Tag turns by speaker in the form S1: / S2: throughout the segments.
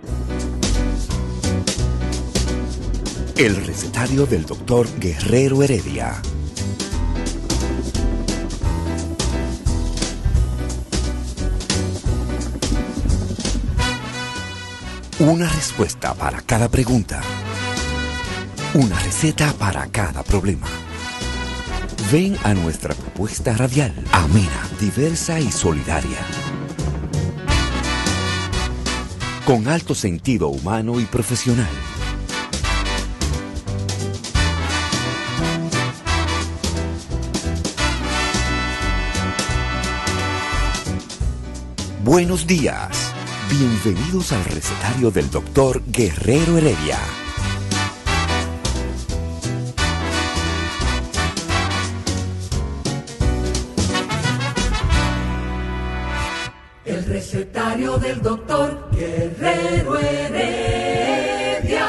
S1: El recetario del doctor Guerrero Heredia. Una respuesta para cada pregunta. Una receta para cada problema. Ven a nuestra propuesta radial, amena, diversa y solidaria. Con alto sentido humano y profesional. Buenos días. Bienvenidos al recetario del doctor Guerrero Heredia.
S2: El recetario del doctor Guerrero Heredia.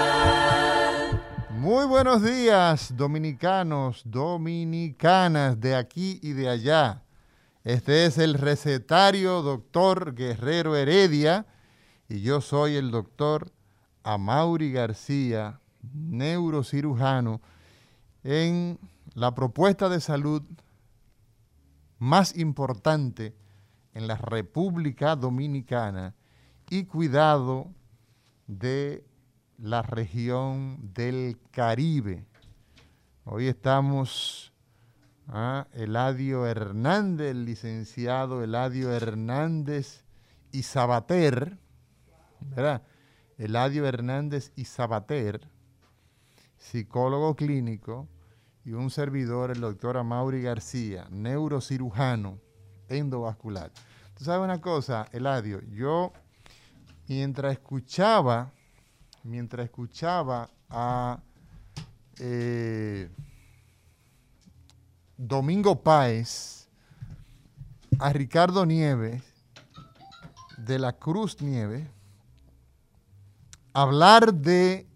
S3: Muy buenos días, dominicanos, dominicanas de aquí y de allá. Este es el recetario doctor Guerrero Heredia y yo soy el doctor Amaury García, neurocirujano, en la propuesta de salud más importante en la República Dominicana y cuidado de la región del Caribe. Hoy estamos Eladio Hernández, el licenciado Eladio Hernández y Sabater, ¿verdad? Eladio Hernández y Sabater, psicólogo clínico, y un servidor, el doctor Amaury García, neurocirujano endovascular. Tú sabes una cosa, Eladio, yo mientras escuchaba a Domingo Páez, a Ricardo Nieves, de la Cruz Nieves, hablar de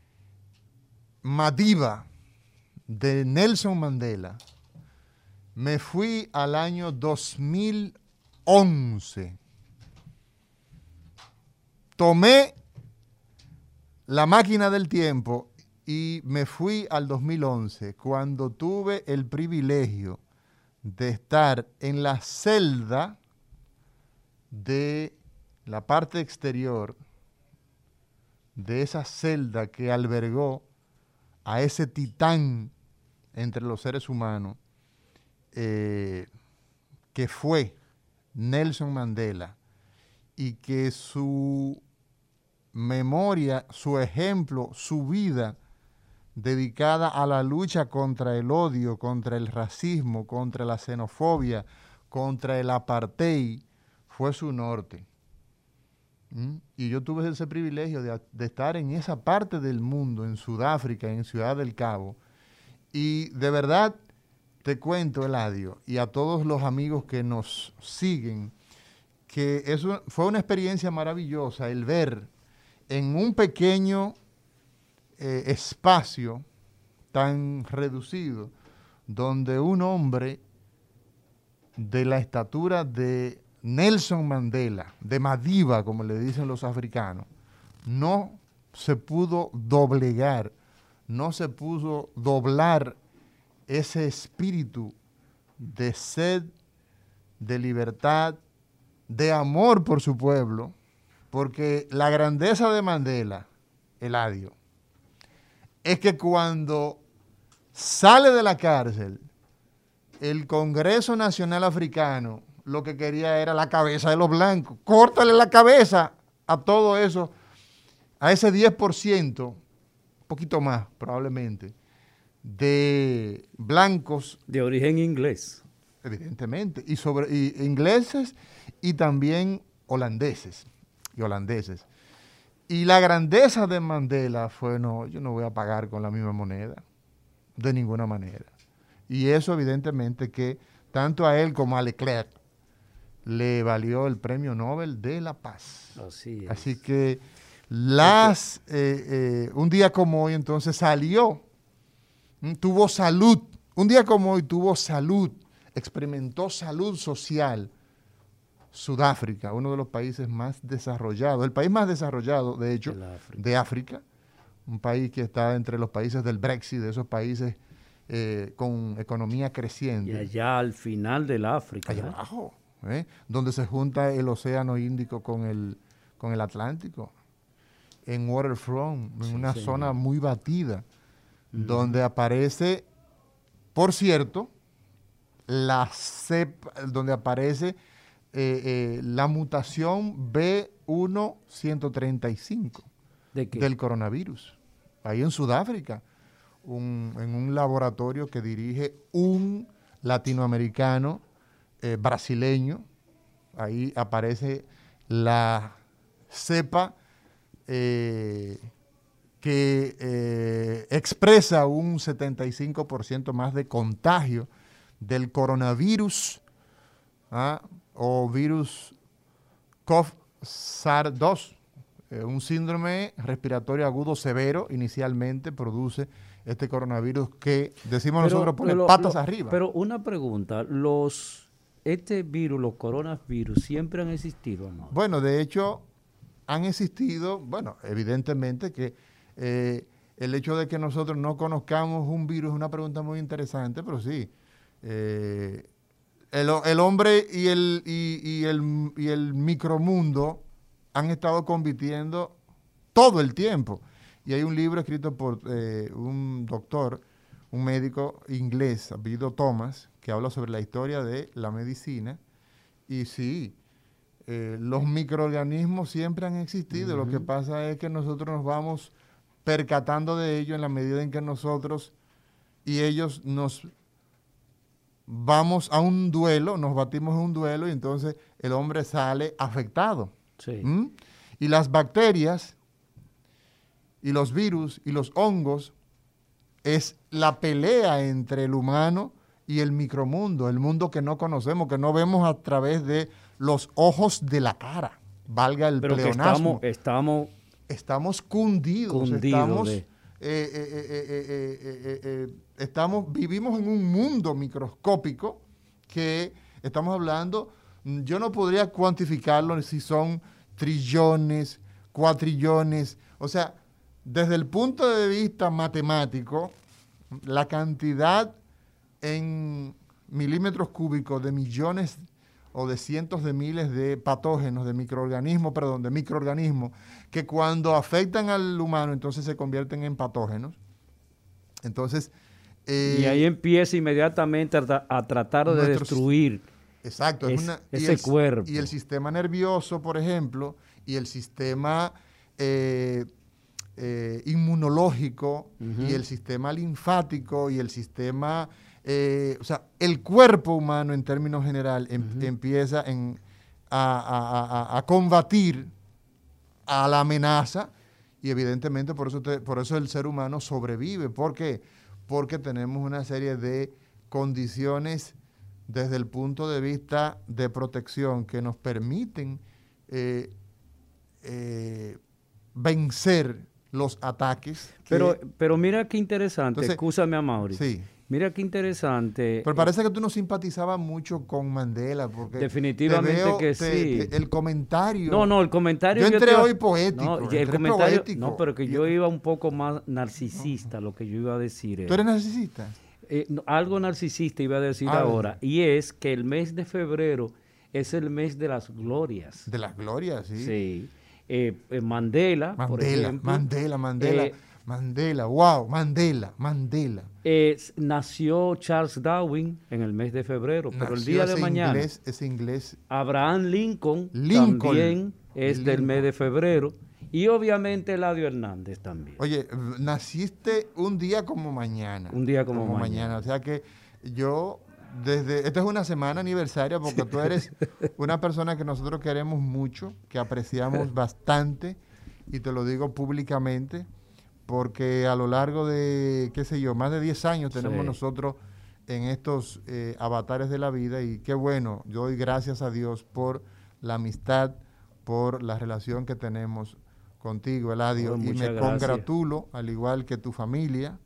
S3: Madiba, de Nelson Mandela, me fui al año 2011. Tomé la máquina del tiempo y me fui al 2011, cuando tuve el privilegio de estar en la celda de la parte exterior de esa celda que albergó a ese titán entre los seres humanos, que fue Nelson Mandela, y que su memoria, su ejemplo, su vida dedicada a la lucha contra el odio, contra el racismo, contra la xenofobia, contra el apartheid, fue su norte. Y yo tuve ese privilegio de estar en esa parte del mundo, en Sudáfrica, en Ciudad del Cabo. Y de verdad te cuento, Eladio, y a todos los amigos que nos siguen, que fue una experiencia maravillosa el ver en un pequeño espacio tan reducido, donde un hombre de la estatura de Nelson Mandela, de Madiba, como le dicen los africanos, no se pudo doblegar, no se pudo doblar ese espíritu de sed, de libertad, de amor por su pueblo, porque la grandeza de Mandela, Eladio, es que cuando sale de la cárcel, el Congreso Nacional Africano lo que quería era la cabeza de los blancos. Córtale la cabeza a todo eso, a ese 10%, un poquito más probablemente, de blancos.
S4: De origen inglés.
S3: Evidentemente, y ingleses y también holandeses. Y la grandeza de Mandela fue, no, yo no voy a pagar con la misma moneda, de ninguna manera. Y eso evidentemente que tanto a él como a Leclerc le valió el Premio Nobel de la Paz.
S4: Así es.
S3: Así que un día como hoy entonces salió, tuvo salud, un día como hoy tuvo salud, experimentó salud social Sudáfrica, uno de los países más desarrollados, el país más desarrollado, de hecho, de África, un país que está entre los países del Brexit, de esos países con economía creciente.
S4: Y allá al final del África.
S3: Allá abajo, donde se junta el Océano Índico con el Atlántico, en Waterfront, en una zona muy batida, donde aparece, por cierto, la cepa, donde aparece la mutación B1.135 del coronavirus, ahí en Sudáfrica, en un laboratorio que dirige un latinoamericano brasileño. Ahí aparece la cepa que expresa un 75% más de contagio del coronavirus, o virus COV-SARS-2, un síndrome respiratorio agudo severo. Inicialmente produce este coronavirus que, decimos nosotros, pone patas arriba.
S4: Pero una pregunta, este virus, los coronavirus, ¿siempre han existido o no?
S3: Bueno, de hecho, han existido, bueno, evidentemente que el hecho de que nosotros no conozcamos un virus es una pregunta muy interesante, pero sí, el hombre y el micromundo han estado conviviendo todo el tiempo. Y hay un libro escrito por un doctor, un médico inglés, apellido Thomas, que habla sobre la historia de la medicina. Y sí, los microorganismos siempre han existido. Lo que pasa es que nosotros nos vamos percatando de ello en la medida en que nosotros y ellos nos vamos a un duelo, nos batimos en un duelo, y entonces el hombre sale afectado.
S4: Sí.
S3: Y las bacterias y los virus y los hongos es la pelea entre el humano y el micromundo, el mundo que no conocemos, que no vemos a través de los ojos de la cara, valga el pleonasmo. Estamos cundidos, vivimos en un mundo microscópico que estamos hablando, yo no podría cuantificarlo si son trillones, cuatrillones, o sea, desde el punto de vista matemático, la cantidad en milímetros cúbicos de millones o de cientos de miles de patógenos, de microorganismos, que cuando afectan al humano entonces se convierten en patógenos. Entonces,
S4: y ahí empieza inmediatamente a tratar de destruir.
S3: Exacto,
S4: ese cuerpo.
S3: Y el sistema nervioso, por ejemplo, y el sistema inmunológico, y el sistema linfático, y el sistema, o sea, el cuerpo humano en términos general empieza a combatir a la amenaza, y evidentemente por eso el ser humano sobrevive. ¿Por qué? Porque tenemos una serie de condiciones desde el punto de vista de protección que nos permiten vencer los ataques.
S4: Pero mira qué interesante, escúchame a Mauri.
S3: Sí.
S4: Mira qué interesante.
S3: Pero parece que tú no simpatizabas mucho con Mandela, porque
S4: definitivamente que sí.
S3: El comentario.
S4: No, el comentario.
S3: Yo entré hoy poético.
S4: No, el comentario. Poético. No, pero que yo iba un poco más narcisista, lo que yo iba a decir.
S3: ¿Tú eres narcisista?
S4: Algo narcisista iba a decir ahora, y es que el mes de febrero es el mes de las glorias.
S3: De las glorias, sí.
S4: Sí. Mandela, por ejemplo.
S3: Mandela, wow, Mandela.
S4: Nació Charles Darwin en el mes de febrero, pero el día de mañana.
S3: Ese inglés.
S4: Abraham Lincoln también es del mes de febrero. Y obviamente Eladio Hernández también.
S3: Oye, naciste un día como mañana.
S4: Un día como mañana.
S3: O sea que yo, esta es una semana aniversaria, porque tú eres una persona que nosotros queremos mucho, que apreciamos bastante, y te lo digo públicamente, porque a lo largo de, más de 10 años tenemos nosotros en estos avatares de la vida, y qué bueno, yo doy gracias a Dios por la amistad, por la relación que tenemos contigo, Eladio, y me congratulo, al igual que tu familia,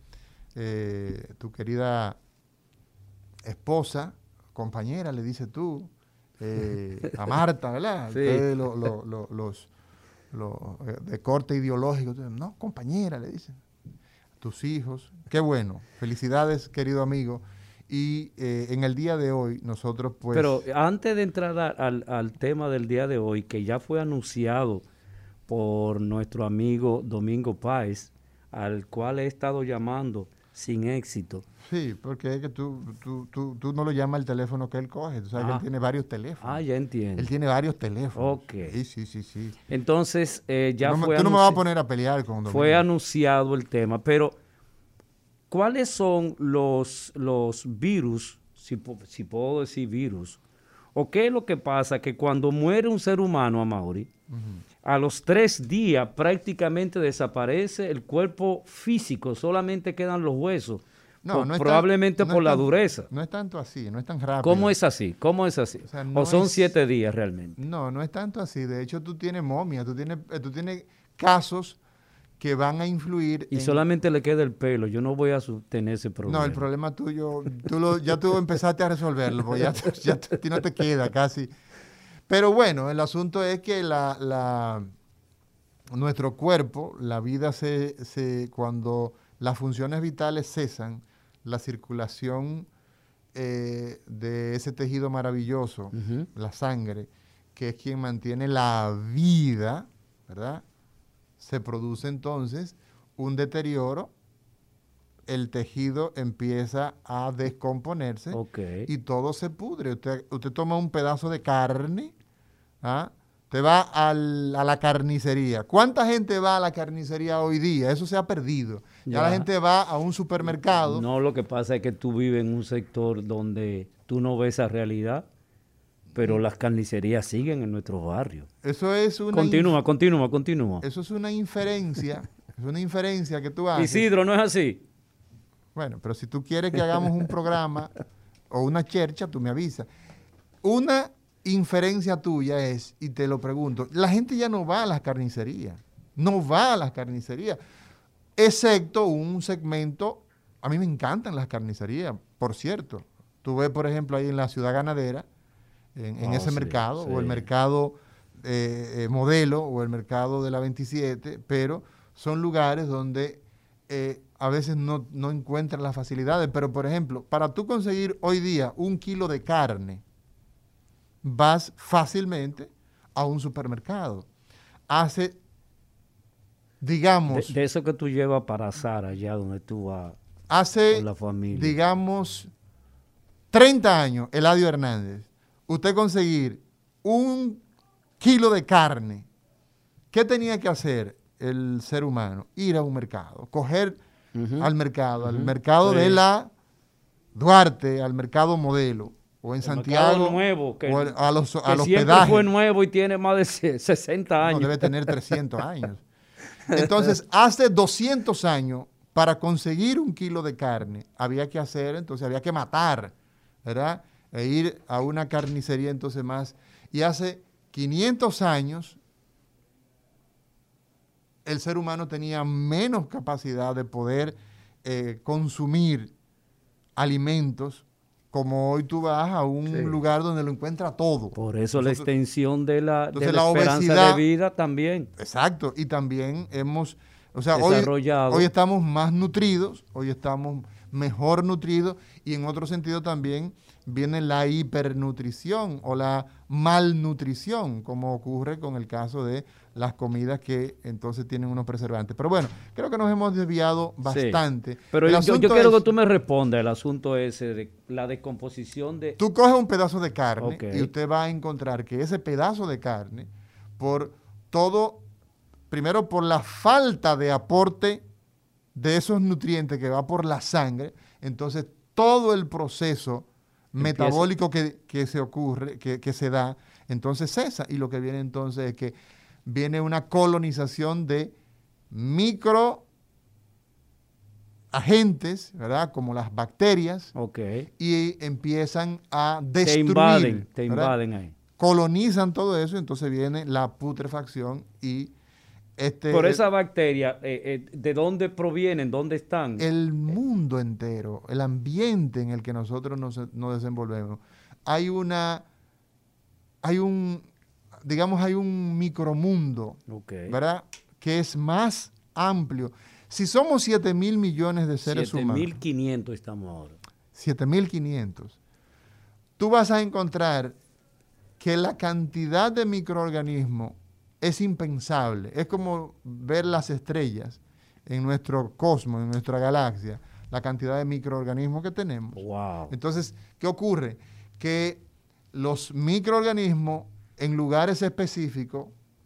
S3: tu querida esposa, compañera, le dices tú, a Marta, ¿verdad?
S4: Sí.
S3: Ustedes los de corte ideológico, no, compañera, le dicen, tus hijos, qué bueno, felicidades, querido amigo, y en el día de hoy nosotros pues...
S4: Pero antes de entrar al tema del día de hoy, que ya fue anunciado por nuestro amigo Domingo Páez, al cual he estado llamando sin éxito.
S3: Sí, porque es que tú no lo llamas al teléfono que él coge, tú sabes que él tiene varios teléfonos.
S4: Ah, ya entiendo.
S3: Él tiene varios teléfonos.
S4: Ok.
S3: Sí.
S4: Entonces, ya
S3: tú
S4: fue
S3: no me vas a poner a pelear con Domingo.
S4: Fue anunciado el tema, pero ¿cuáles son los virus, si puedo decir virus, o qué es lo que pasa? Que cuando muere un ser humano, Amaury, a los 3 días prácticamente desaparece el cuerpo físico, solamente quedan los huesos, probablemente por la dureza.
S3: No es tanto así, no es tan rápido.
S4: ¿Cómo es así?
S3: O sea, no
S4: ¿O son
S3: es-
S4: 7 días realmente?
S3: No es tanto así. De hecho, tú tienes momias, tú tienes casos que van a influir
S4: Y solamente le queda el pelo. Yo no voy a tener ese problema.
S3: No, el problema tuyo, ya tú empezaste a resolverlo, porque ya a ti no te queda casi. Pero bueno, el asunto es que nuestro cuerpo, la vida cuando las funciones vitales cesan, la circulación de ese tejido maravilloso, la sangre, que es quien mantiene la vida, ¿verdad? Se produce entonces un deterioro, el tejido empieza a descomponerse y todo se pudre. Usted toma un pedazo de carne, ¿ah? Te va a la carnicería. ¿Cuánta gente va a la carnicería hoy día? Eso se ha perdido. Ya la gente va a un supermercado.
S4: No, lo que pasa es que tú vives en un sector donde tú no ves esa realidad, pero las carnicerías siguen en nuestros barrios.
S3: Eso es una...
S4: Continúa.
S3: Eso es una inferencia. Es una inferencia que tú haces.
S4: Isidro, ¿no es así?
S3: Bueno, pero si tú quieres que hagamos un programa o una chercha, tú me avisas. Una inferencia tuya es, y te lo pregunto, la gente ya no va a las carnicerías. No va a las carnicerías. Excepto un segmento, a mí me encantan las carnicerías, por cierto. Tú ves, por ejemplo, ahí en la Ciudad Ganadera, en ese mercado, o el mercado Modelo, o el mercado de la 27, pero son lugares donde a veces no encuentran las facilidades. Pero, por ejemplo, para tú conseguir hoy día 1 kilo de carne, vas fácilmente a un supermercado. Hace, digamos...
S4: De eso que tú llevas para asar allá donde tú vas
S3: Hace,
S4: con la familia.
S3: digamos, 30 años, Eladio Hernández, usted conseguir 1 kilo de carne, ¿qué tenía que hacer el ser humano? Ir a un mercado, coger al mercado de la Duarte, al mercado Modelo, o en Santiago,
S4: nuevo, que,
S3: o a los
S4: siempre
S3: pedajes.
S4: fue nuevo y tiene más de 60 años.
S3: No, debe tener 300 años. Entonces, hace 200 años, para conseguir 1 kilo de carne, había que matar, ¿verdad? E ir a una carnicería entonces más. Y hace 500 años, el ser humano tenía menos capacidad de poder consumir alimentos, como hoy tú vas a un lugar donde lo encuentras todo.
S4: Por eso la extensión de la
S3: obesidad,
S4: esperanza de vida también.
S3: Exacto, y también hemos,
S4: desarrollado.
S3: Hoy estamos más nutridos, hoy estamos mejor nutridos, y en otro sentido también viene la hipernutrición o la malnutrición, como ocurre con el caso de las comidas que entonces tienen unos preservantes. Pero bueno, creo que nos hemos desviado bastante.
S4: Sí. Pero yo quiero que tú me respondas el asunto ese de la descomposición de...
S3: Tú coges un pedazo de carne y usted va a encontrar que ese pedazo de carne, primero por la falta de aporte de esos nutrientes que va por la sangre, entonces todo el proceso metabólico que se da, entonces cesa. Y lo que viene entonces es que viene una colonización de microagentes, ¿verdad? Como las bacterias, y empiezan a destruir.
S4: Te invaden ahí.
S3: Colonizan todo eso, y entonces viene la putrefacción y
S4: Por esa bacteria, ¿de dónde provienen? ¿Dónde están?
S3: El mundo entero, el ambiente en el que nosotros nos desenvolvemos. Hay una digamos, hay un micromundo, ¿verdad? Que es más amplio. Si somos 7.000 millones de seres humanos.
S4: 7.500 estamos ahora.
S3: 7.500. Tú vas a encontrar que la cantidad de microorganismos es impensable. Es como ver las estrellas en nuestro cosmos, en nuestra galaxia, la cantidad de microorganismos que tenemos.
S4: Wow.
S3: Entonces, ¿qué ocurre? Que los microorganismos en lugares específicos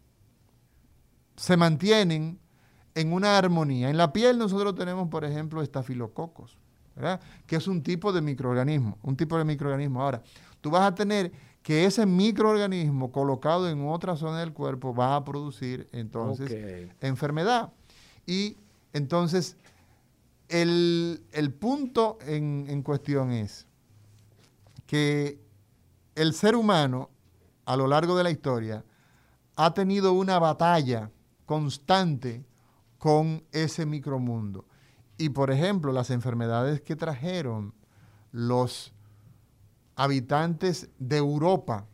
S3: se mantienen en una armonía. En la piel nosotros tenemos, por ejemplo, estafilococos, ¿verdad? Que es un tipo de microorganismo, Ahora, tú vas a tener que ese microorganismo colocado en otra zona del cuerpo va a producir entonces enfermedad. Y entonces el punto en cuestión es que el ser humano a lo largo de la historia ha tenido una batalla constante con ese micromundo. Y por ejemplo, las enfermedades que trajeron los habitantes de Europa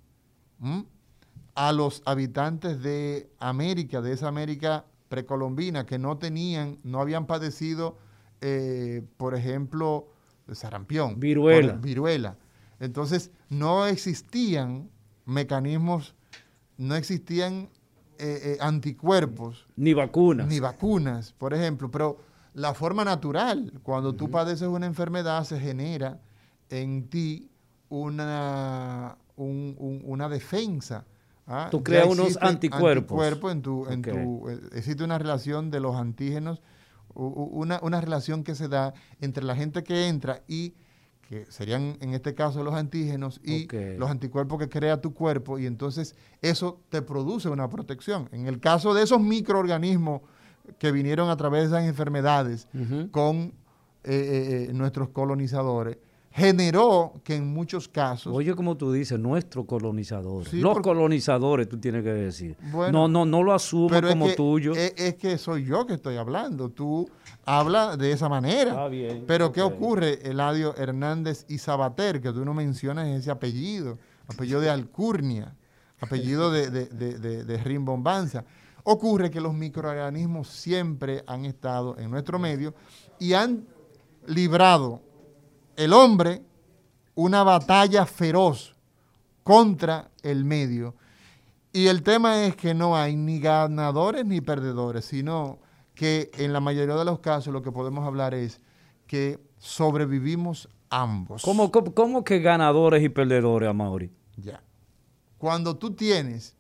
S3: a los habitantes de América, de esa América precolombina, que no habían padecido, por ejemplo, sarampión, viruela. Entonces, no existían mecanismos, no existían anticuerpos.
S4: Ni vacunas.
S3: Por ejemplo. Pero la forma natural, cuando tú padeces una enfermedad, se genera en ti una defensa.
S4: Tú creas unos anticuerpos.
S3: Existe una relación de los antígenos, una relación que se da entre la gente que entra y que serían en este caso los antígenos y los anticuerpos que crea tu cuerpo, y entonces eso te produce una protección. En el caso de esos microorganismos que vinieron a través de esas enfermedades con nuestros colonizadores, generó que en muchos casos...
S4: Oye, como tú dices, nuestros colonizadores.
S3: Sí,
S4: los colonizadores, tú tienes que decir.
S3: Bueno,
S4: no lo asumo como tuyo.
S3: Es que soy yo que estoy hablando. Tú hablas de esa manera.
S4: Está bien.
S3: Pero ¿qué ocurre, Eladio Hernández y Sabater, que tú no mencionas ese apellido de alcurnia, apellido de rimbombanza? Ocurre que los microorganismos siempre han estado en nuestro medio y han librado el hombre una batalla feroz contra el medio. Y el tema es que no hay ni ganadores ni perdedores, sino que en la mayoría de los casos lo que podemos hablar es que sobrevivimos ambos.
S4: ¿Cómo que ganadores y perdedores, Amaury?
S3: Ya. Cuando tú tienes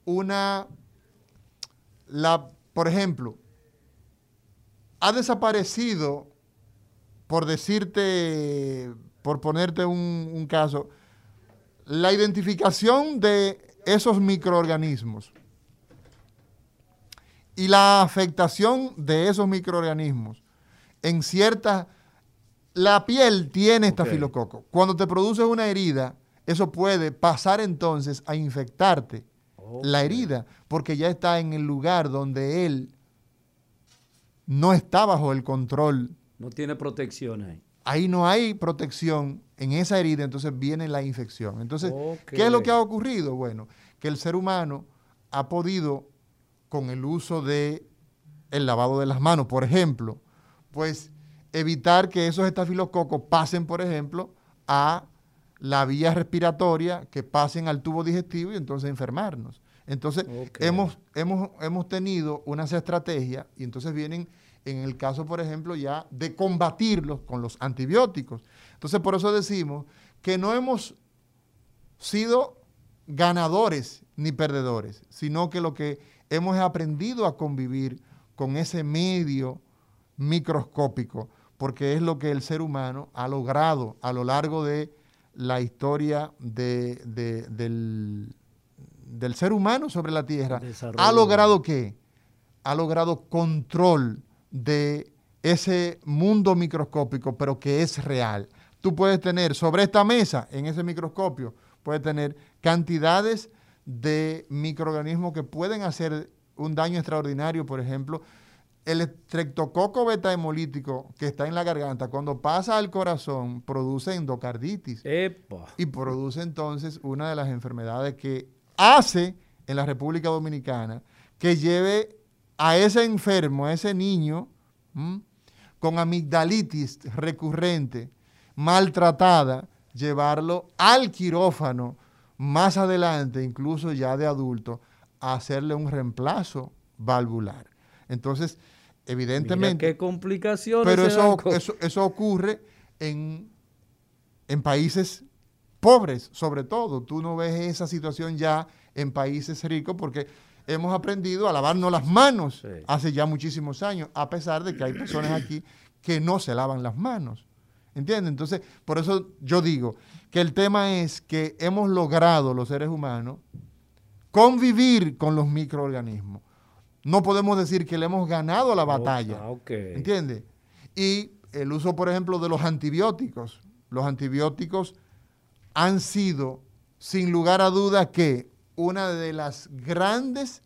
S3: por ejemplo, ha desaparecido, por ponerte un caso, la identificación de esos microorganismos y la afectación de esos microorganismos en la piel tiene estafilococo. Cuando te produces una herida, eso puede pasar entonces a infectarte la herida, porque ya está en el lugar donde él no está bajo el control.
S4: No tiene protección ahí.
S3: Ahí no hay protección en esa herida, entonces viene la infección. Entonces, ¿qué es lo que ha ocurrido? Bueno, que el ser humano ha podido, con el uso del lavado de las manos, por ejemplo, pues evitar que esos estafilococos pasen, por ejemplo, a la vía respiratoria, que pasen al tubo digestivo y entonces enfermarnos. Entonces, hemos tenido unas estrategias y entonces vienen, en el caso, por ejemplo, ya de combatirlos con los antibióticos. Entonces, por eso decimos que no hemos sido ganadores ni perdedores, sino que lo que hemos aprendido a convivir con ese medio microscópico, porque es lo que el ser humano ha logrado a lo largo de la historia del ser humano sobre la Tierra. ¿Ha logrado qué? Ha logrado control de ese mundo microscópico, pero que es real. Tú puedes tener sobre esta mesa, en ese microscopio, puedes tener cantidades de microorganismos que pueden hacer un daño extraordinario, por ejemplo, el estreptococo beta hemolítico que está en la garganta, cuando pasa al corazón, produce endocarditis.
S4: Epa.
S3: Y produce entonces una de las enfermedades que hace en la República Dominicana que lleve a ese enfermo, a ese niño, con amigdalitis recurrente, maltratada, llevarlo al quirófano más adelante, incluso ya de adulto, a hacerle un reemplazo valvular. Entonces, evidentemente...
S4: Mira qué complicaciones.
S3: Pero eso ocurre en países pobres, sobre todo. Tú no ves esa situación ya en países ricos porque hemos aprendido a lavarnos las manos hace ya muchísimos años, a pesar de que hay personas aquí que no se lavan las manos. ¿Entiendes? Entonces, por eso yo digo que el tema es que hemos logrado los seres humanos convivir con los microorganismos. No podemos decir que le hemos ganado la batalla. ¿Entiendes? Y el uso, por ejemplo, de los antibióticos. Los antibióticos han sido, sin lugar a dudas, que una de las grandes,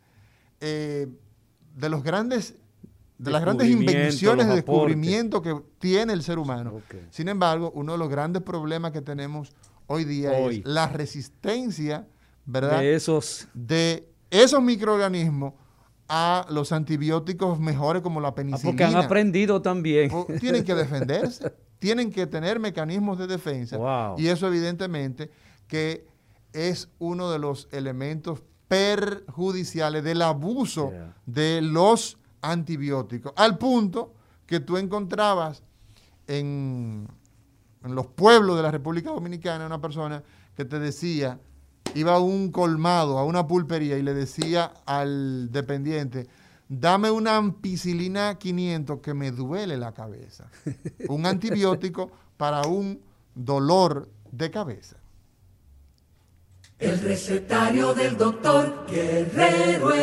S3: las grandes invenciones de descubrimiento que tiene el ser humano. Sin embargo, uno de los grandes problemas que tenemos hoy día es la resistencia, ¿verdad?, de esos microorganismos a los antibióticos mejores como la penicilina.
S4: Porque han aprendido también.
S3: Tienen que defenderse, tienen que tener mecanismos de defensa. Y eso evidentemente que es uno de los elementos perjudiciales del abuso de los antibióticos. Al punto que tú encontrabas en los pueblos de la República Dominicana una persona que te decía, iba a un colmado, a una pulpería y le decía al dependiente, dame una ampicilina 500 que me duele la cabeza. Un antibiótico para un dolor de cabeza.
S2: El recetario del doctor Guerrero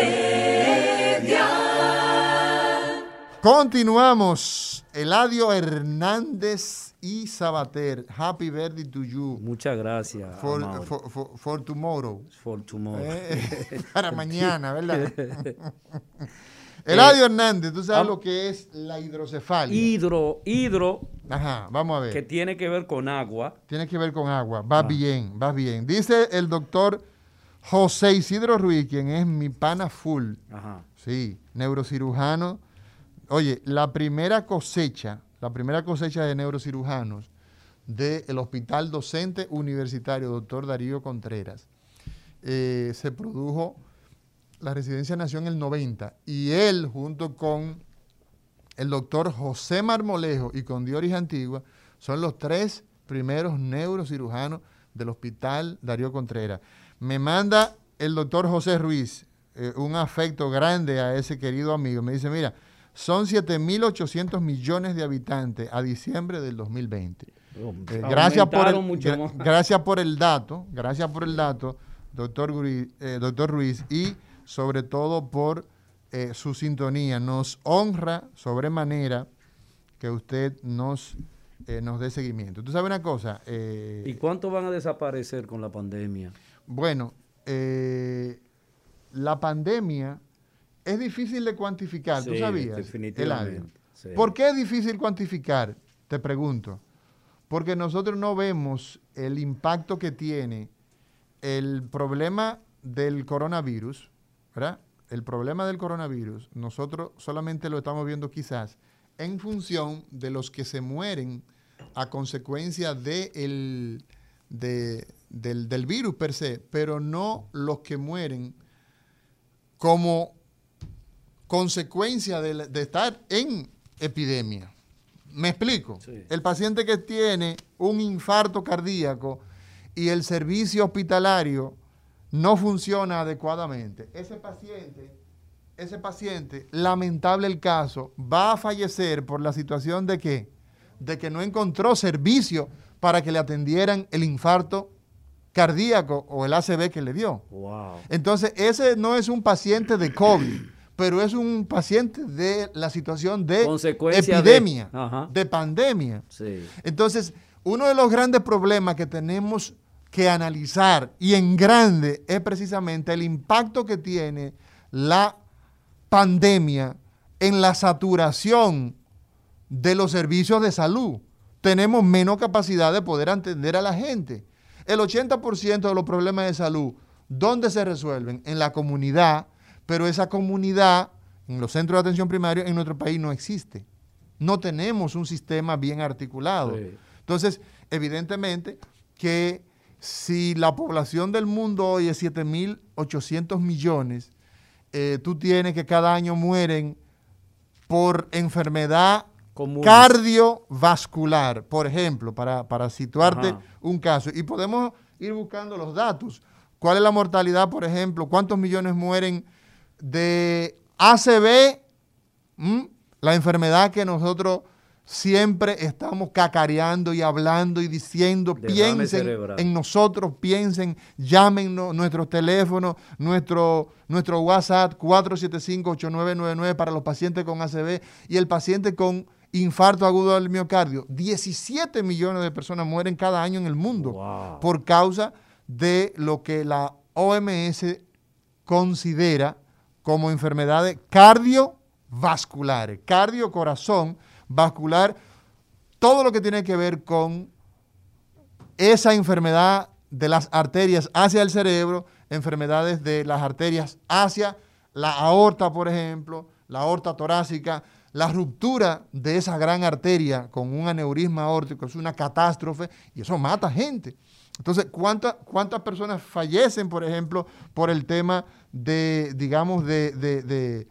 S2: Heredia.
S3: Continuamos. Eladio Hernández y Sabater. Happy birthday to you.
S4: Muchas gracias.
S3: For tomorrow.
S4: For tomorrow.
S3: Para mañana, ¿verdad? Eladio Hernández, ¿tú sabes lo que es la hidrocefalia?
S4: Hidro.
S3: Ajá, vamos a ver.
S4: Que tiene que ver con agua.
S3: Tiene que ver con agua. Vas bien. Dice el doctor José Isidro Ruiz, quien es mi pana full.
S4: Ajá.
S3: Sí, neurocirujano. Oye, la primera cosecha de neurocirujanos del Hospital Docente Universitario Dr. Darío Contreras se produjo. La residencia nació en el 90 y él, junto con el doctor José Marmolejo y con Dioris Antigua, son los 3 primeros neurocirujanos del Hospital Darío Contreras. Me manda el doctor José Ruiz un afecto grande a ese querido amigo. Me dice, mira, son 7.800 millones de habitantes a diciembre del 2020. Gracias por el dato, doctor Ruiz, y sobre todo por su sintonía. Nos honra sobremanera que usted nos dé seguimiento. ¿Tú sabes una cosa?
S4: ¿Y cuántos van a desaparecer con la pandemia?
S3: Bueno, la pandemia es difícil de cuantificar, ¿tú sabías?
S4: Definitivamente.
S3: Sí. ¿Por qué es difícil cuantificar? Te pregunto. Porque nosotros no vemos el impacto que tiene el problema del coronavirus, ¿verdad? El problema del coronavirus, nosotros solamente lo estamos viendo quizás en función de los que se mueren a consecuencia del virus per se, pero no los que mueren como consecuencia de estar en epidemia. ¿Me explico? Sí. El paciente que tiene un infarto cardíaco y el servicio hospitalario no funciona adecuadamente, ese paciente, lamentable el caso, va a fallecer por la situación de que no encontró servicio para que le atendieran el infarto cardíaco o el ACV que le dio.
S4: Wow.
S3: Entonces, ese no es un paciente de COVID, pero es un paciente de la situación de epidemia, de pandemia.
S4: Sí.
S3: Entonces, uno de los grandes problemas que tenemos que analizar y en grande es precisamente el impacto que tiene la pandemia en la saturación de los servicios de salud. Tenemos menos capacidad de poder atender a la gente. El 80% de los problemas de salud, ¿dónde se resuelven? En la comunidad, pero esa comunidad, en los centros de atención primaria, en nuestro país no existe. No tenemos un sistema bien articulado.
S4: Sí.
S3: Entonces, evidentemente que si la población del mundo hoy es 7.800 millones, tú tienes que cada año mueren por enfermedad
S4: Común.
S3: cardiovascular, por ejemplo, para situarte
S4: Ajá.
S3: un caso. Y podemos ir buscando los datos. ¿Cuál es la mortalidad, por ejemplo? ¿Cuántos millones mueren de ACV? La enfermedad que nosotros siempre estamos cacareando y hablando y diciendo,
S4: Derrame
S3: piensen
S4: cerebral.
S3: en nosotros, piensen, llámenos, nuestros teléfonos, nuestro WhatsApp 475-8999 para los pacientes con ACV y el paciente con infarto agudo del miocardio. 17 millones de personas mueren cada año en el mundo
S4: Wow.
S3: por causa de lo que la OMS considera como enfermedades cardiovasculares, cardio, corazón, vascular, todo lo que tiene que ver con esa enfermedad de las arterias hacia el cerebro, enfermedades de las arterias hacia la aorta, por ejemplo, la aorta torácica, la ruptura de esa gran arteria con un aneurisma aórtico es una catástrofe y eso mata gente. Entonces, ¿cuántas personas fallecen, por ejemplo, por el tema de, digamos, de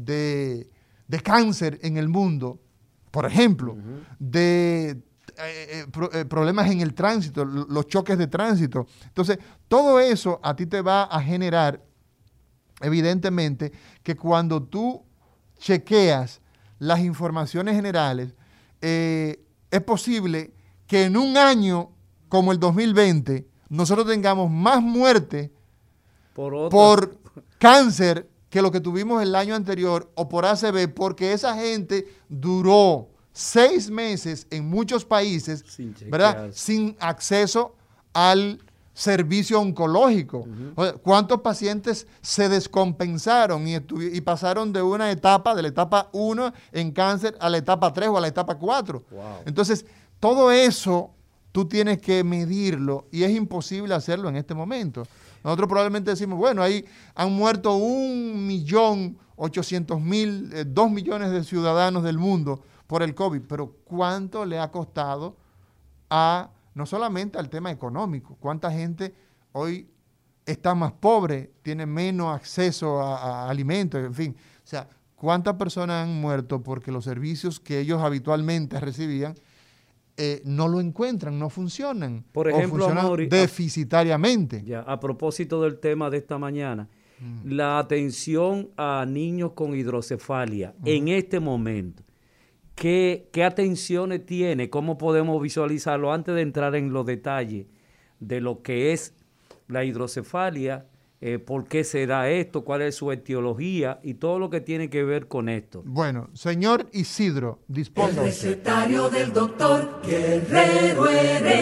S3: cáncer en el mundo? Por ejemplo, de problemas en el tránsito, los choques de tránsito. Entonces, todo eso a ti te va a generar, evidentemente, que cuando tú chequeas las informaciones generales, es posible que en un año como el 2020, nosotros tengamos más muertes por cáncer que lo que tuvimos el año anterior o por ACV, porque esa gente duró 6 meses en muchos países, ¿verdad?, sin acceso al servicio oncológico. O sea, ¿cuántos pacientes se descompensaron y pasaron de una etapa, de la etapa 1 en cáncer a la etapa 3 o a la etapa 4?
S4: Wow.
S3: Entonces, todo eso tú tienes que medirlo y es imposible hacerlo en este momento. Nosotros probablemente decimos, bueno, ahí han muerto 1.800.000, 2 millones de ciudadanos del mundo por el COVID, pero ¿cuánto le ha costado no solamente al tema económico? ¿Cuánta gente hoy está más pobre, tiene menos acceso a alimentos, en fin? O sea, ¿cuántas personas han muerto porque los servicios que ellos habitualmente recibían no lo encuentran, no funcionan?
S4: Por ejemplo,
S3: o funcionan
S4: Amaury,
S3: deficitariamente.
S4: Ya, a propósito del tema de esta mañana, la atención a niños con hidrocefalia en este momento, ¿qué atenciones tiene? ¿Cómo podemos visualizarlo antes de entrar en los detalles de lo que es la hidrocefalia? ¿Por qué se da esto? ¿Cuál es su etiología? Y todo lo que tiene que ver con esto.
S3: Bueno, señor Isidro, disponga
S2: El
S3: usted.
S2: recetario del doctor Guerrero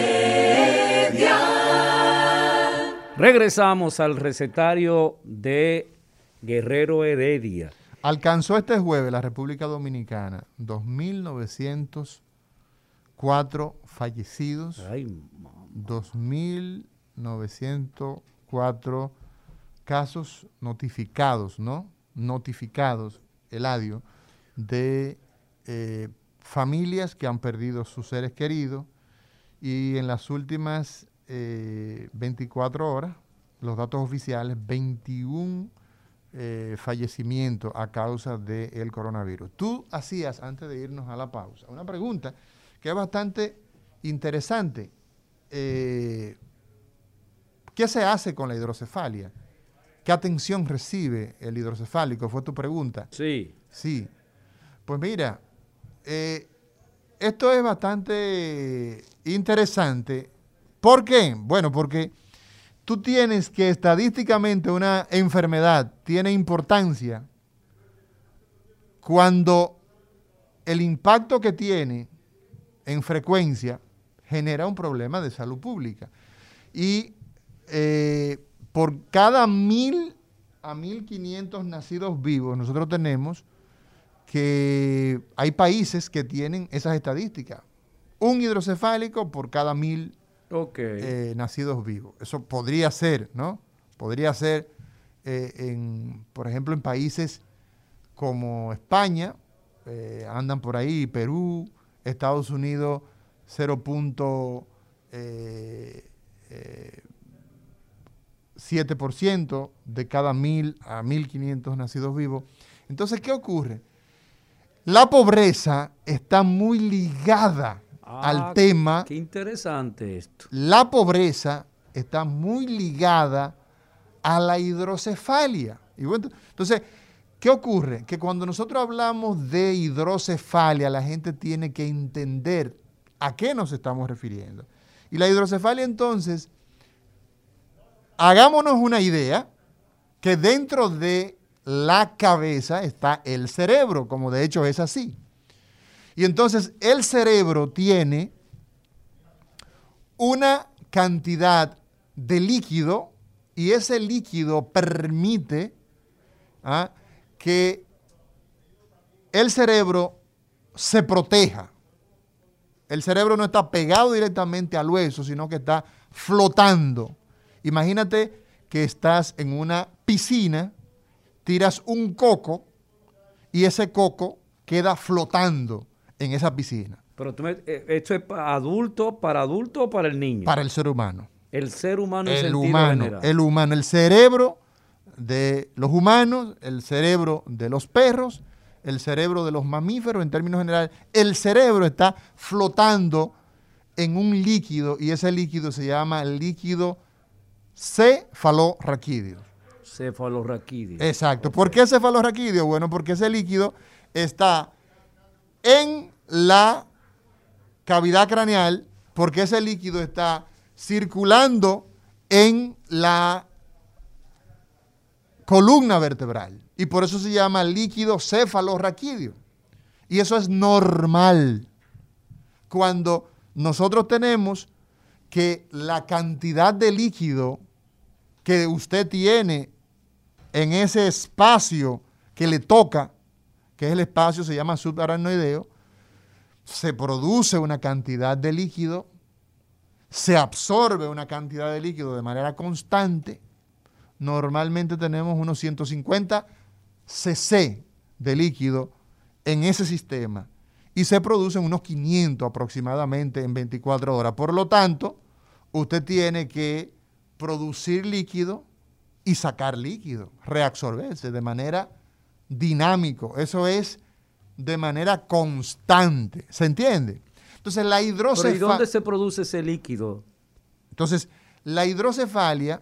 S2: Heredia.
S4: Regresamos al recetario de Guerrero Heredia.
S3: Alcanzó este jueves la República Dominicana 2.904 fallecidos,
S4: Ay,
S3: 2.904 casos notificados, ¿no? Notificados, Eladio, de familias que han perdido sus seres queridos y en las últimas 24 horas, los datos oficiales, 21 fallecimientos a causa del coronavirus. Tú hacías, antes de irnos a la pausa, una pregunta que es bastante interesante. ¿Qué se hace con la hidrocefalia? ¿Qué atención recibe el hidrocefálico? Fue tu pregunta.
S4: sí.
S3: Sí. Pues mira, esto es bastante interesante. ¿Por qué? Bueno, porque tú tienes que estadísticamente una enfermedad tiene importancia cuando el impacto que tiene en frecuencia genera un problema de salud pública. Y por cada 1.000 a 1.500 nacidos vivos, nosotros tenemos que hay países que tienen esas estadísticas. Un hidrocefálico por cada 1000 nacidos vivos. Eso podría ser, ¿no? Podría ser, por ejemplo, en países como España, andan por ahí, Perú, Estados Unidos, 0.7% de cada 1000 a 1500 nacidos vivos. Entonces, ¿qué ocurre? La pobreza está muy ligada al tema.
S4: Qué interesante esto.
S3: La pobreza está muy ligada a la hidrocefalia. Y bueno, entonces, ¿qué ocurre? Que cuando nosotros hablamos de hidrocefalia, la gente tiene que entender a qué nos estamos refiriendo. Y la hidrocefalia, entonces, hagámonos una idea que dentro de la cabeza está el cerebro, como de hecho es así. Y entonces el cerebro tiene una cantidad de líquido y ese líquido permite que el cerebro se proteja. El cerebro no está pegado directamente al hueso, sino que está flotando. Imagínate que estás en una piscina, tiras un coco y ese coco queda flotando en esa piscina.
S4: Pero ¿esto es para adulto o para el niño?
S3: Para el ser humano.
S4: El ser humano en
S3: El
S4: sentido
S3: humano,
S4: general.
S3: el humano, el cerebro de los humanos, el cerebro de los perros, el cerebro de los mamíferos, en términos generales, el cerebro está flotando en un líquido y ese líquido se llama líquido cefalorraquídeo.
S4: Cefalorraquídeo.
S3: Exacto. ¿Por qué cefalorraquídeo? Bueno, porque ese líquido está en la cavidad craneal, porque ese líquido está circulando en la columna vertebral. Y por eso se llama líquido cefalorraquídeo. Y eso es normal. Cuando nosotros tenemos que la cantidad de líquido que usted tiene en ese espacio que le toca, que es el espacio, se llama subaracnoideo, se produce una cantidad de líquido, se absorbe una cantidad de líquido de manera constante. Normalmente tenemos unos 150 cc de líquido en ese sistema y se producen unos 500 aproximadamente en 24 horas. Por lo tanto, usted tiene que producir líquido y sacar líquido, reabsorberse de manera dinámico. Eso es de manera constante. ¿Se entiende? Entonces, la hidrocefalia...
S4: ¿Pero y dónde se produce ese líquido?
S3: Entonces, la hidrocefalia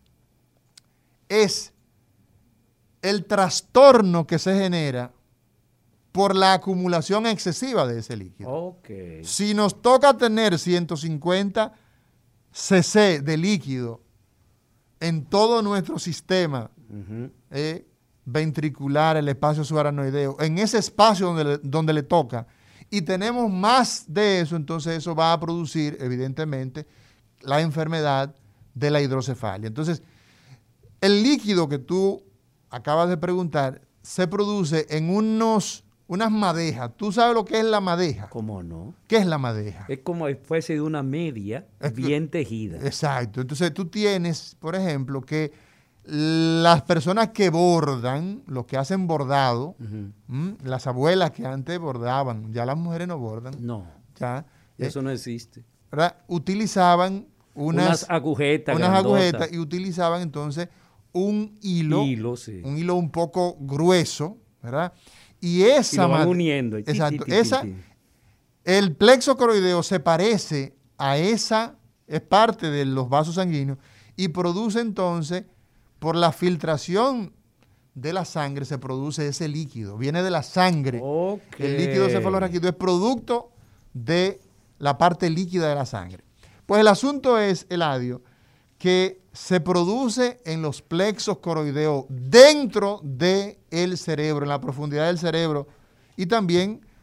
S3: es el trastorno que se genera por la acumulación excesiva de ese líquido.
S4: Okay.
S3: Si nos toca tener 150 cc de líquido en todo nuestro sistema ventricular, el espacio subaracnoideo, en ese espacio donde le toca, y tenemos más de eso, entonces eso va a producir, evidentemente, la enfermedad de la hidrocefalia. Entonces, el líquido que tú acabas de preguntar se produce en unas madejas. ¿Tú sabes lo que es la madeja?
S4: ¿Cómo no?
S3: ¿Qué es la madeja?
S4: Es como si fuese de una media bien tejida.
S3: Exacto. Entonces tú tienes, por ejemplo, que las personas que bordan, los que hacen bordado, las abuelas que antes bordaban, ya las mujeres no bordan.
S4: No,
S3: ya,
S4: eso no existe.
S3: ¿verdad? Utilizaban unas
S4: agujetas
S3: y utilizaban entonces un hilo,
S4: sí.
S3: un hilo un poco grueso, ¿verdad? Y esa
S4: lo van uniendo.
S3: Exacto. El plexo coroideo se parece a esa, es parte de los vasos sanguíneos y produce entonces, por la filtración de la sangre, se produce ese líquido. Viene de la sangre.
S4: Okay.
S3: El líquido cefalorraquídeo es producto de la parte líquida de la sangre. Pues el asunto es, Eladio, que se produce en los plexos coroideos dentro del cerebro, en la profundidad del cerebro, y también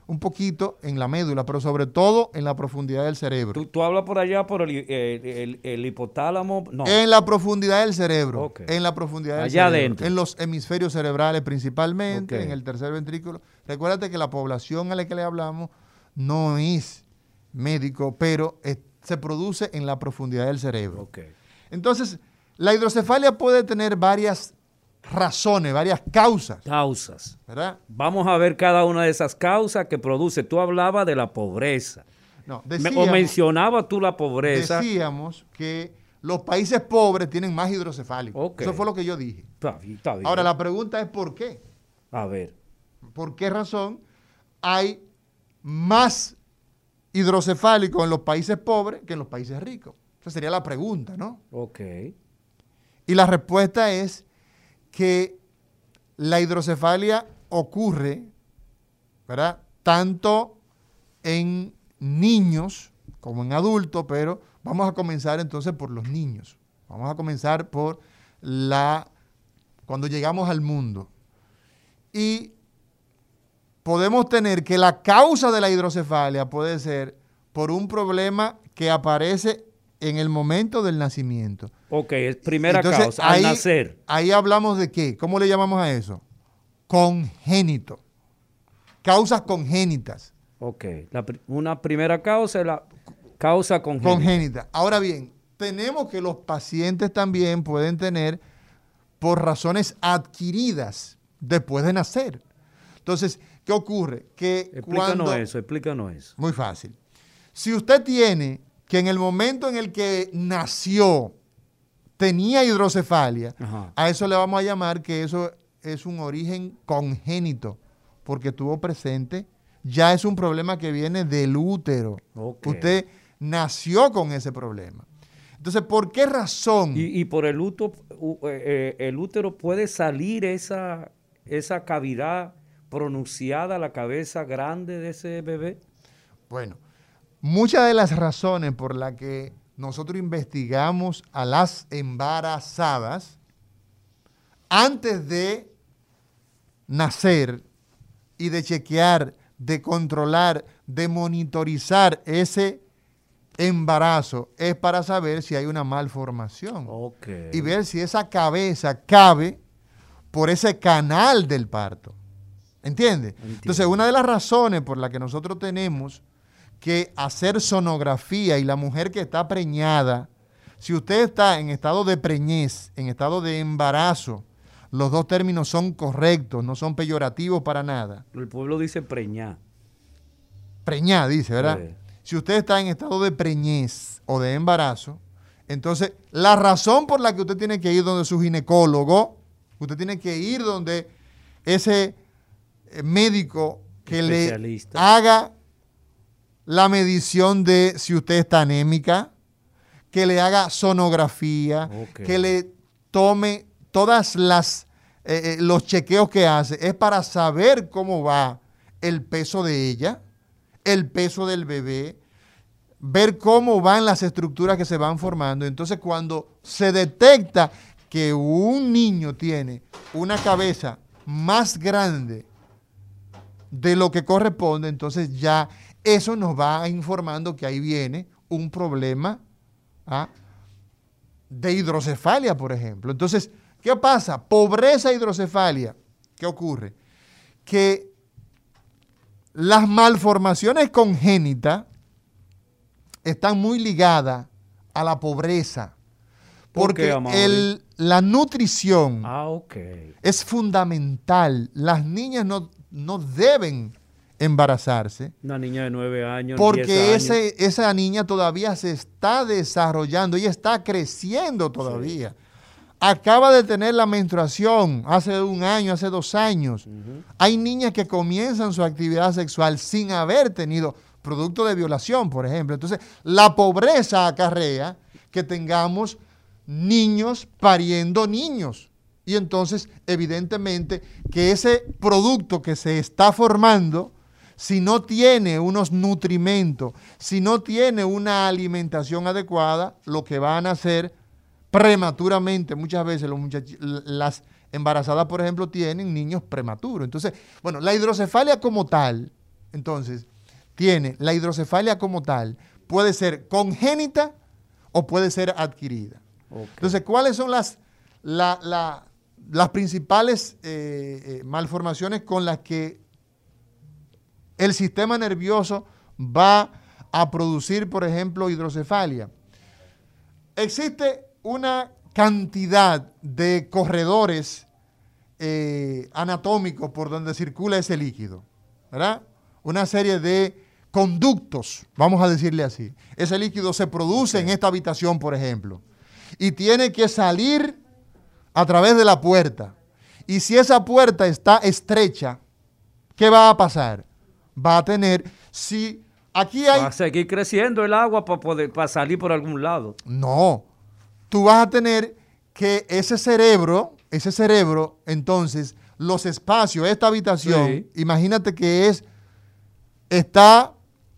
S3: un poquito en la médula, pero sobre todo en la profundidad del cerebro.
S4: ¿Tú hablas por allá por el hipotálamo? No.
S3: En la profundidad del cerebro.
S4: Ok.
S3: En la profundidad del
S4: Allá
S3: cerebro.
S4: adentro.
S3: En los hemisferios cerebrales principalmente,
S4: Ok.
S3: en el tercer ventrículo. Recuérdate que la población a la que le hablamos no es médico, pero se produce en la profundidad del cerebro.
S4: Ok.
S3: Entonces, la hidrocefalia puede tener varias razones, varias causas,
S4: Causas.
S3: ¿verdad?
S4: Vamos a ver cada una de esas causas que produce. Tú hablabas de la pobreza.
S3: No,
S4: O mencionabas tú la pobreza.
S3: decíamos que los países pobres tienen más hidrocefálicos.
S4: Ok.
S3: Eso fue lo que yo dije.
S4: Está bien.
S3: Ahora, la pregunta es ¿por qué?
S4: A ver.
S3: ¿Por qué razón hay más hidrocefálicos en los países pobres que en los países ricos? Esa sería la pregunta, ¿no?
S4: Ok.
S3: Y la respuesta es que la hidrocefalia ocurre, ¿verdad? Tanto en niños como en adultos, pero vamos a comenzar entonces por los niños. Vamos a comenzar por cuando llegamos al mundo. Y podemos tener que la causa de la hidrocefalia puede ser por un problema que aparece en el momento del nacimiento.
S4: Ok, es primera
S3: Entonces,
S4: causa, al nacer.
S3: Ahí hablamos de qué. ¿Cómo le llamamos a eso? Congénito. Causas congénitas.
S4: Ok, una primera causa es la causa congénita.
S3: Congénita. Ahora bien, tenemos que los pacientes también pueden tener por razones adquiridas después de nacer. Entonces, ¿qué ocurre? Que
S4: Explícanos eso.
S3: Muy fácil. Si usted tiene que en el momento en el que nació tenía hidrocefalia,
S4: Ajá.
S3: a eso le vamos a llamar que eso es un origen congénito, porque tuvo presente, ya es un problema que viene del útero.
S4: Ok.
S3: Usted nació con ese problema. Entonces, ¿por qué razón?
S4: Y por el útero puede salir esa cavidad pronunciada, la cabeza grande de ese bebé.
S3: Bueno, muchas de las razones por las que nosotros investigamos a las embarazadas antes de nacer y de chequear, de controlar, de monitorizar ese embarazo es para saber si hay una malformación y ver si esa cabeza cabe por ese canal del parto. ¿Entiende? Entonces, una de las razones por las que nosotros tenemos que hacer sonografía y la mujer que está preñada, si usted está en estado de preñez, en estado de embarazo, los dos términos son correctos, no son peyorativos para nada.
S4: El pueblo dice preñar.
S3: Preñada, dice, ¿verdad?
S4: Sí.
S3: Si usted está en estado de preñez o de embarazo, entonces la razón por la que usted tiene que ir donde su ginecólogo, usted tiene que ir donde ese médico que le haga la medición de si usted está anémica, que le haga sonografía, que le tome todas los chequeos que hace, es para saber cómo va el peso de ella, el peso del bebé, ver cómo van las estructuras que se van formando. Entonces, cuando se detecta que un niño tiene una cabeza más grande de lo que corresponde, entonces ya eso nos va informando que ahí viene un problema de hidrocefalia, por ejemplo. Entonces, ¿qué pasa? Pobreza hidrocefalia. ¿Qué ocurre? Que las malformaciones congénitas están muy ligadas a la pobreza. Porque la nutrición es fundamental. Las niñas no deben embarazarse.
S4: Una niña de 9 años,
S3: porque
S4: 10 años.
S3: Esa niña todavía se está desarrollando, ella está creciendo todavía. Sí. Acaba de tener la menstruación hace 1 año, hace 2 años. Hay niñas que comienzan su actividad sexual sin haber tenido producto de violación, por ejemplo. Entonces, la pobreza acarrea que tengamos niños pariendo niños. Y entonces, evidentemente, que ese producto que se está formando, si no tiene unos nutrimentos, si no tiene una alimentación adecuada, lo que van a hacer prematuramente, muchas veces las embarazadas, por ejemplo, tienen niños prematuros. Entonces, bueno, la hidrocefalia como tal entonces, tiene la hidrocefalia como tal, puede ser congénita o puede ser adquirida.
S4: Ok.
S3: Entonces, ¿cuáles son las principales malformaciones con las que el sistema nervioso va a producir, por ejemplo, hidrocefalia? Existe una cantidad de corredores anatómicos por donde circula ese líquido, ¿verdad? Una serie de conductos, vamos a decirle así. Ese líquido se produce en esta habitación, por ejemplo, y tiene que salir a través de la puerta. Y si esa puerta está estrecha, ¿qué va a pasar? Va a tener, si aquí hay...
S4: Va a seguir creciendo el agua para salir por algún lado.
S3: No, tú vas a tener que ese cerebro, entonces, los espacios, esta habitación,
S4: Sí.
S3: imagínate que está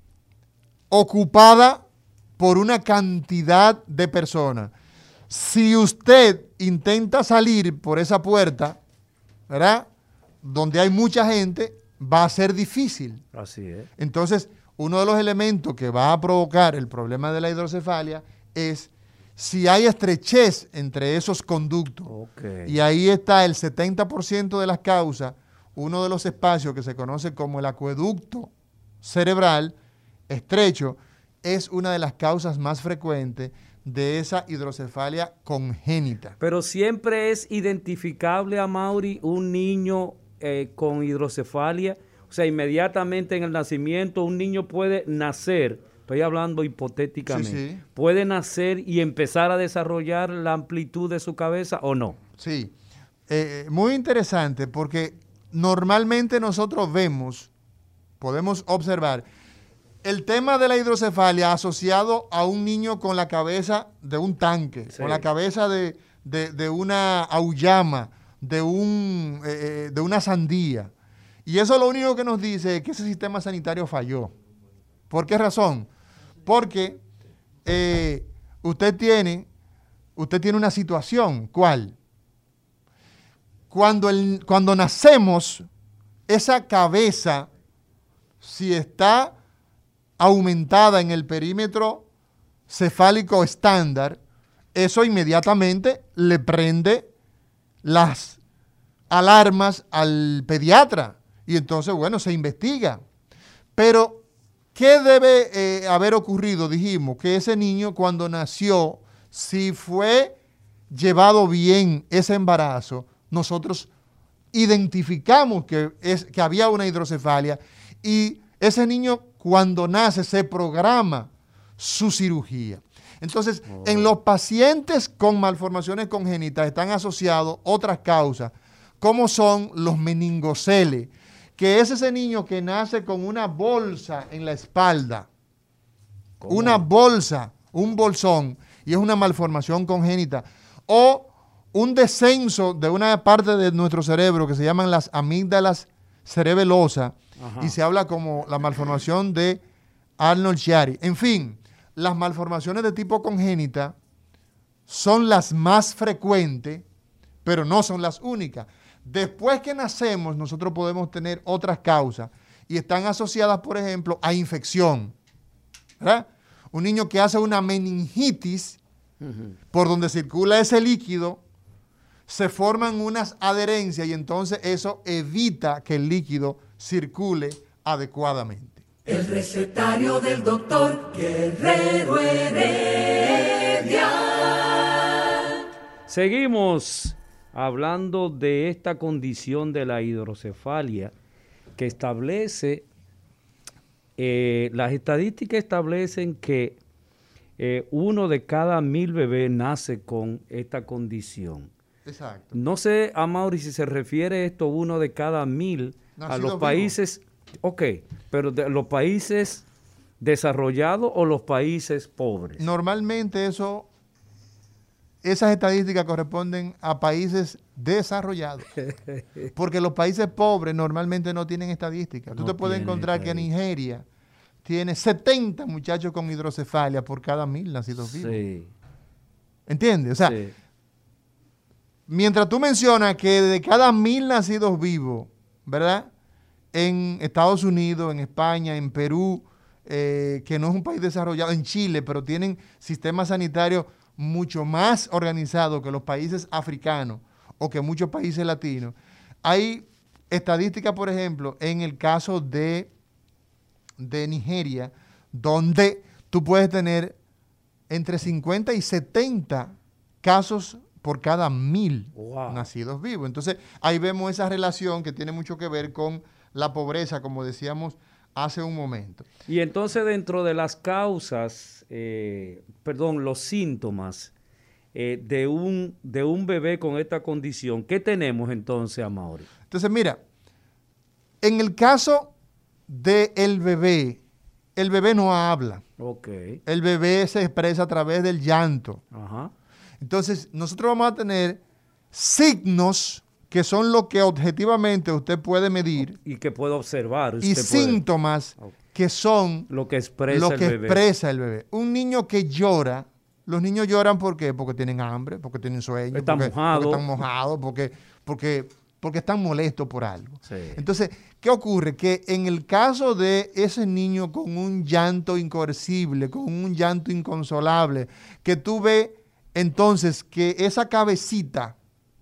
S3: ocupada por una cantidad de personas. Si usted intenta salir por esa puerta, ¿verdad? Donde hay mucha gente, va a ser difícil.
S4: Así es.
S3: Entonces, uno de los elementos que va a provocar el problema de la hidrocefalia es si hay estrechez entre esos conductos.
S4: Ok.
S3: Y ahí está el 70% de las causas, uno de los espacios que se conoce como el acueducto cerebral estrecho, es una de las causas más frecuentes de esa hidrocefalia congénita.
S4: Pero siempre es identificable a Mauri un niño con hidrocefalia. O sea, inmediatamente en el nacimiento un niño puede nacer, estoy hablando hipotéticamente,
S3: Sí, sí.
S4: puede nacer y empezar a desarrollar la amplitud de su cabeza o no.
S3: Sí, muy interesante porque normalmente nosotros podemos observar el tema de la hidrocefalia asociado a un niño con la cabeza de un tanque,
S4: Sí.
S3: con la cabeza de una auyama, de una sandía. Y eso lo único que nos dice es que ese sistema sanitario falló. ¿Por qué razón? Porque usted tiene una situación. ¿Cuál? Cuando nacemos, esa cabeza, si está aumentada en el perímetro cefálico estándar, eso inmediatamente le prende las alarmas al pediatra. Y entonces, bueno, se investiga. Pero, ¿qué debe haber ocurrido? Dijimos que ese niño cuando nació, si fue llevado bien ese embarazo, nosotros identificamos que había una hidrocefalia y ese niño cuando nace se programa su cirugía. Entonces, en los pacientes con malformaciones congénitas están asociados otras causas, como son los meningoceles, que es ese niño que nace con una bolsa en la espalda.
S4: ¿Cómo?
S3: Una bolsa, un bolsón, y es una malformación congénita. O un descenso de una parte de nuestro cerebro que se llaman las amígdalas cerebelosas,
S4: Ajá.
S3: y se habla como la malformación de Arnold-Chiari. En fin, las malformaciones de tipo congénita son las más frecuentes, pero no son las únicas. Después que nacemos, nosotros podemos tener otras causas y están asociadas, por ejemplo, a infección, ¿verdad? Un niño que hace una meningitis, por donde circula ese líquido, se forman unas adherencias y entonces eso evita que el líquido circule adecuadamente.
S2: El recetario del doctor Guerrero Heredia.
S4: Seguimos hablando de esta condición de la hidrocefalia que establece, las estadísticas establecen que 1 de cada 1000 bebés nace con esta condición.
S3: Exacto.
S4: No sé, Amaury, si se refiere esto 1 de cada 1000 a
S3: Nacidos
S4: los
S3: vivos.
S4: países, ok, pero de los países desarrollados o los países pobres.
S3: Normalmente esas estadísticas corresponden a países desarrollados, porque los países pobres normalmente no tienen estadísticas. Tú
S4: No
S3: te puedes
S4: tienen
S3: encontrar que Nigeria tiene 70 muchachos con hidrocefalia por cada 1000 nacidos vivos.
S4: Sí,
S3: ¿Entiendes? O sea,
S4: sí.
S3: mientras tú mencionas que de cada 1000 nacidos vivos, ¿verdad? en Estados Unidos, en España, en Perú, que no es un país desarrollado, en Chile, pero tienen sistemas sanitarios mucho más organizados que los países africanos o que muchos países latinos. Hay estadísticas, por ejemplo, en el caso de Nigeria, donde tú puedes tener entre 50 y 70 casos por cada 1000 nacidos vivos. Entonces, ahí vemos esa relación que tiene mucho que ver con la pobreza, como decíamos hace un momento.
S4: Y entonces, dentro de las causas, los síntomas de un bebé con esta condición, ¿qué tenemos entonces, Amaury?
S3: Entonces, mira, en el caso del bebé, el bebé no habla.
S4: Okay.
S3: El bebé se expresa a través del llanto.
S4: Ajá.
S3: Entonces, nosotros vamos a tener signos que son lo que objetivamente usted puede medir.
S4: Y que puede observar.
S3: Y síntomas que son
S4: lo que expresa el bebé.
S3: Un niño que llora, los niños lloran ¿por qué? Porque tienen hambre, porque tienen sueño, porque están mojados, porque están molestos por algo.
S4: Sí.
S3: Entonces, ¿qué ocurre? Que en el caso de ese niño con un llanto incoercible, con un llanto inconsolable, que tú ves entonces que esa cabecita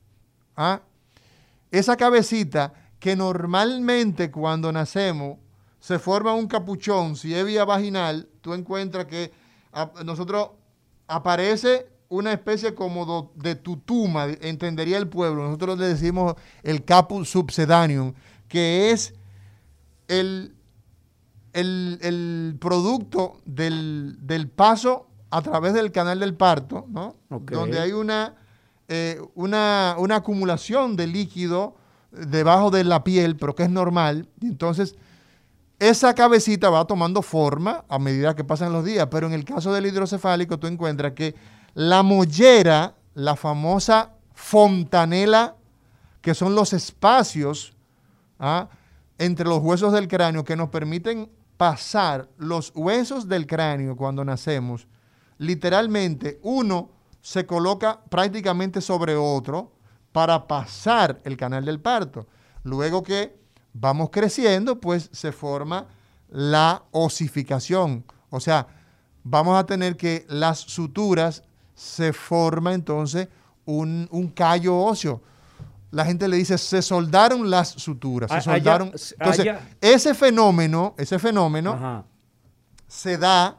S3: que normalmente cuando nacemos se forma un capuchón, si es vía vaginal, tú encuentras que nosotros aparece una especie como de tutuma, entendería el pueblo. Nosotros le decimos el caput subsedaneum, que es el producto del paso a través del canal del parto, ¿no?
S4: Okay.
S3: Donde hay una acumulación de líquido debajo de la piel, pero que es normal. Y entonces, esa cabecita va tomando forma a medida que pasan los días. Pero en el caso del hidrocefálico, tú encuentras que la mollera, la famosa fontanela, que son los espacios entre los huesos del cráneo que nos permiten pasar los huesos del cráneo cuando nacemos, literalmente uno se coloca prácticamente sobre otro para pasar el canal del parto. Luego que vamos creciendo, pues se forma la osificación. O sea, vamos a tener que las suturas se forma entonces un callo óseo. La gente le dice, se soldaron las suturas. Se soldaron. Entonces, ese fenómeno
S4: Ajá.
S3: se da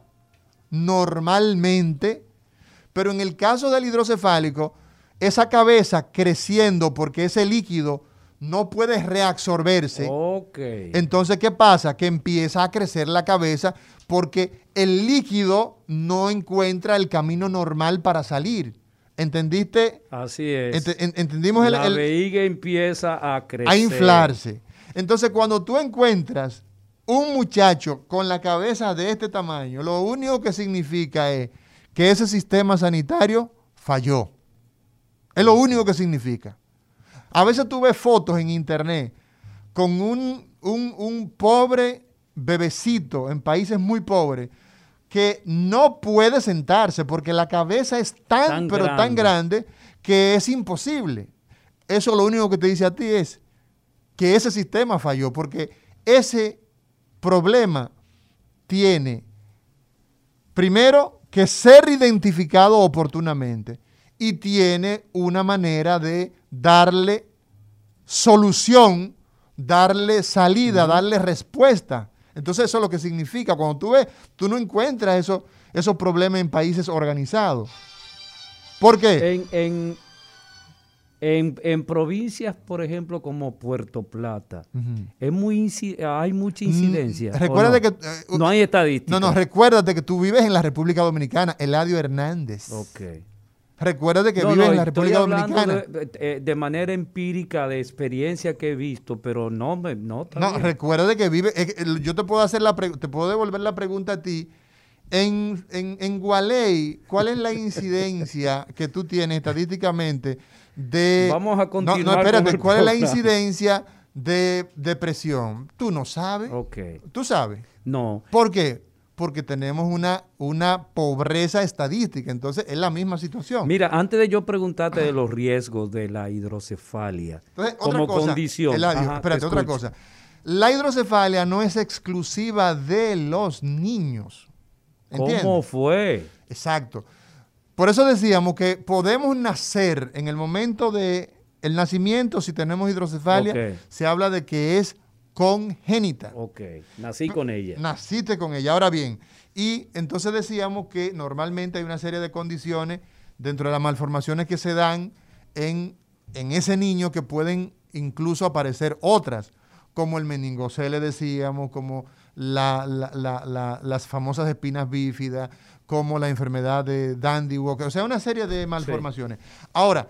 S3: normalmente, pero en el caso del hidrocefálico, esa cabeza creciendo porque ese líquido no puede reabsorberse.
S4: Okay.
S3: Entonces, ¿qué pasa? Que empieza a crecer la cabeza porque el líquido no encuentra el camino normal para salir. ¿Entendiste?
S4: Así es.
S3: Entendimos
S4: la vejiga empieza a crecer.
S3: A inflarse. Entonces, cuando tú encuentras un muchacho con la cabeza de este tamaño, lo único que significa es que ese sistema sanitario falló. Es lo único que significa. A veces tú ves fotos en internet con un pobre bebecito en países muy pobres que no puede sentarse porque la cabeza es tan grande que es imposible. Eso lo único que te dice a ti es que ese sistema falló porque ese problema tiene, primero, que ser identificado oportunamente y tiene una manera de darle solución, darle salida, darle respuesta. Entonces eso es lo que significa. Cuando tú ves, tú no encuentras esos problemas en países organizados. ¿Por qué?
S4: En provincias, por ejemplo, como Puerto Plata, hay mucha incidencia.
S3: Recuérdate que...
S4: no hay estadística.
S3: No, recuérdate que tú vives en la República Dominicana, Eladio Hernández.
S4: Ok.
S3: Recuérdate que vives en la República Dominicana.
S4: De manera empírica, de experiencia que he visto, pero no,
S3: recuérdate que vive. Yo te puedo te puedo devolver la pregunta a ti. En Gualey, ¿cuál es la incidencia que tú tienes estadísticamente de...
S4: Vamos a continuar.
S3: No, espérate, ¿cuál es la incidencia de depresión? Tú no sabes.
S4: Ok.
S3: ¿Tú sabes?
S4: No.
S3: ¿Por qué? Porque tenemos una pobreza estadística, entonces es la misma situación.
S4: Mira, antes de yo preguntarte de los riesgos de la hidrocefalia,
S3: entonces,
S4: como
S3: otra cosa,
S4: condición.
S3: Eladio, espérate, otra cosa. la hidrocefalia no es exclusiva de los niños. ¿Entiendes?
S4: ¿Cómo fue?
S3: Exacto. Por eso decíamos que podemos nacer en el momento del nacimiento, si tenemos hidrocefalia,
S4: Ok.
S3: se habla de que es congénita.
S4: Ok, nací con ella.
S3: Naciste con ella. Ahora bien, y entonces decíamos que normalmente hay una serie de condiciones dentro de las malformaciones que se dan en ese niño que pueden incluso aparecer otras, como el meningocele, decíamos, como las famosas espinas bífidas, como la enfermedad de Dandy Walker, o sea, una serie de malformaciones. Sí. Ahora,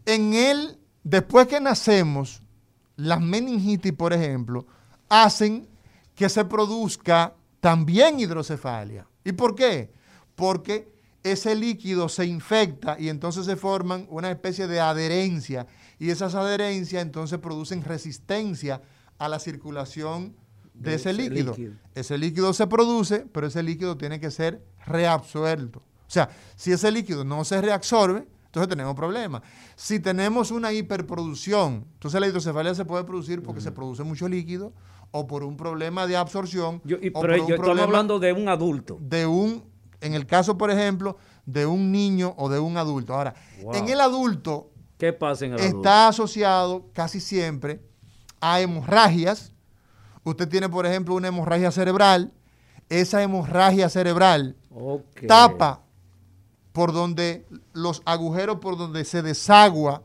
S3: después que nacemos, las meningitis, por ejemplo, hacen que se produzca también hidrocefalia. ¿Y por qué? Porque ese líquido se infecta y entonces se forman una especie de adherencia, y esas adherencias entonces producen resistencia a la circulación de ese líquido. Ese líquido se produce, pero ese líquido tiene que ser reabsuelto. O sea, si ese líquido no se reabsorbe, entonces tenemos problemas. Si tenemos una hiperproducción, entonces la hidrocefalia se puede producir porque se produce mucho líquido o por un problema de absorción.
S4: Estamos hablando de un adulto.
S3: En el caso, por ejemplo, de un niño o de un adulto. Ahora, en el adulto,
S4: ¿qué pasa en el adulto?
S3: Está asociado casi siempre a hemorragias. Usted tiene, por ejemplo, una hemorragia cerebral. Esa hemorragia cerebral tapa por donde los agujeros por donde se desagua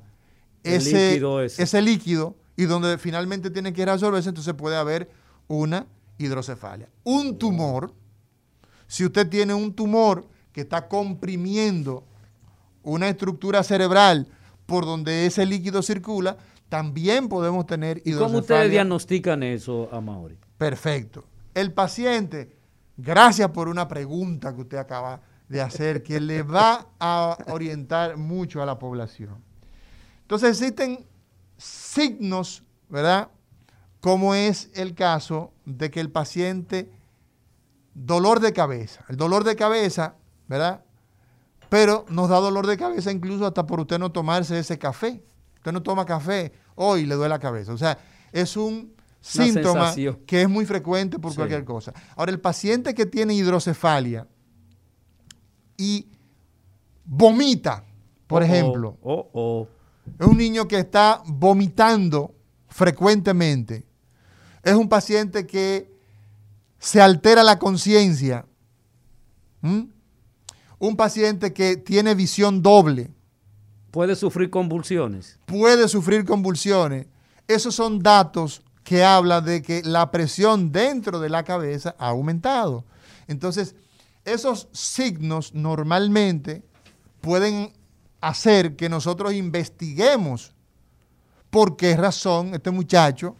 S3: ese líquido y donde finalmente tiene que resolverse, entonces puede haber una hidrocefalia. Un tumor, si usted tiene un tumor que está comprimiendo una estructura cerebral por donde ese líquido circula, también podemos tener hidrocefalia.
S4: ¿Cómo ustedes diagnostican eso, Amaury?
S3: Perfecto. El paciente, gracias por una pregunta que usted acaba de hacer, que le va a orientar mucho a la población. Entonces existen signos, ¿verdad? Como es el caso de que el paciente, dolor de cabeza. El dolor de cabeza, ¿verdad? Pero nos da dolor de cabeza incluso hasta por usted no tomarse ese café. Usted no toma café, hoy le duele la cabeza. O sea, es un síntoma que es muy frecuente por cualquier cosa. Ahora, el paciente que tiene hidrocefalia y vomita, por ejemplo, es un niño que está vomitando frecuentemente, es un paciente que se altera la conciencia, un paciente que tiene visión doble.
S4: ¿Puede sufrir convulsiones?
S3: Puede sufrir convulsiones. Esos son datos que hablan de que la presión dentro de la cabeza ha aumentado. Entonces, esos signos normalmente pueden hacer que nosotros investiguemos por qué razón este muchacho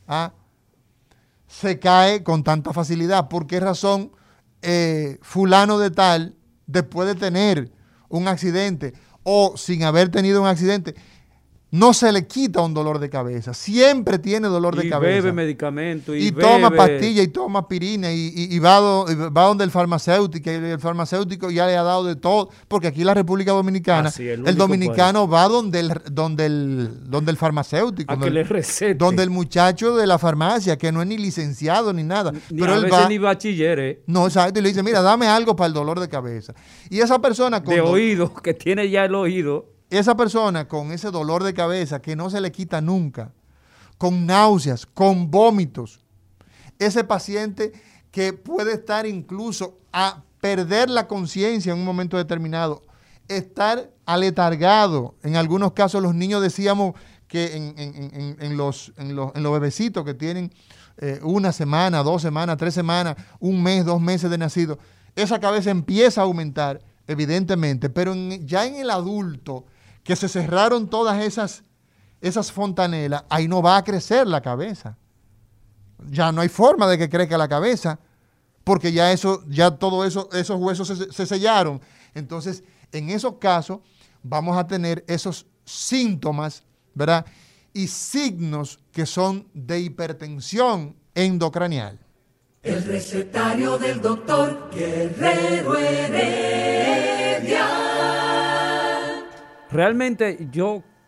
S3: se cae con tanta facilidad, por qué razón fulano de tal, después de tener un accidente o sin haber tenido un accidente, no se le quita un dolor de cabeza. Siempre tiene dolor de cabeza.
S4: Y bebe medicamentos.
S3: Y toma pastillas y toma aspirina y va donde el farmacéutico. Y el farmacéutico ya le ha dado de todo. Porque aquí en la República Dominicana, el dominicano va donde el farmacéutico.
S4: A que le recete.
S3: Donde el muchacho de la farmacia, que no es ni licenciado ni nada.
S4: Pero él va, ni bachiller.
S3: No, exacto. Y le dice, mira, dame algo para el dolor de cabeza. Y esa persona...
S4: De oído, que tiene ya el oído...
S3: Esa persona con ese dolor de cabeza que no se le quita nunca, con náuseas, con vómitos, ese paciente que puede estar incluso a perder la conciencia en un momento determinado, estar aletargado. En algunos casos los niños decíamos que en los bebecitos que tienen 1 semana, 2 semanas, 3 semanas, 1 mes, 2 meses de nacido, esa cabeza empieza a aumentar, evidentemente, pero ya en el adulto, que se cerraron todas esas fontanelas, ahí no va a crecer la cabeza. Ya no hay forma de que crezca la cabeza, porque ya todo eso, esos huesos se sellaron. Entonces, en esos casos, vamos a tener esos síntomas, ¿verdad? Y signos que son de hipertensión endocranial.
S2: El recetario del doctor Guerrero Heredia.
S4: Realmente yo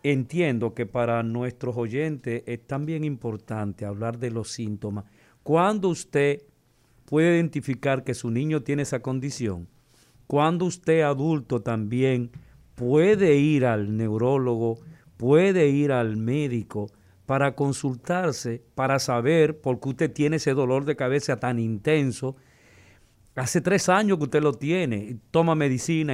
S4: entiendo que para nuestros oyentes es también importante hablar de los síntomas. ¿Cuándo usted puede identificar que su niño tiene esa condición? ¿Cuándo usted adulto también puede ir al neurólogo, puede ir al médico para consultarse, para saber por qué usted tiene ese dolor de cabeza tan intenso? Hace 3 años que usted lo tiene, y toma medicina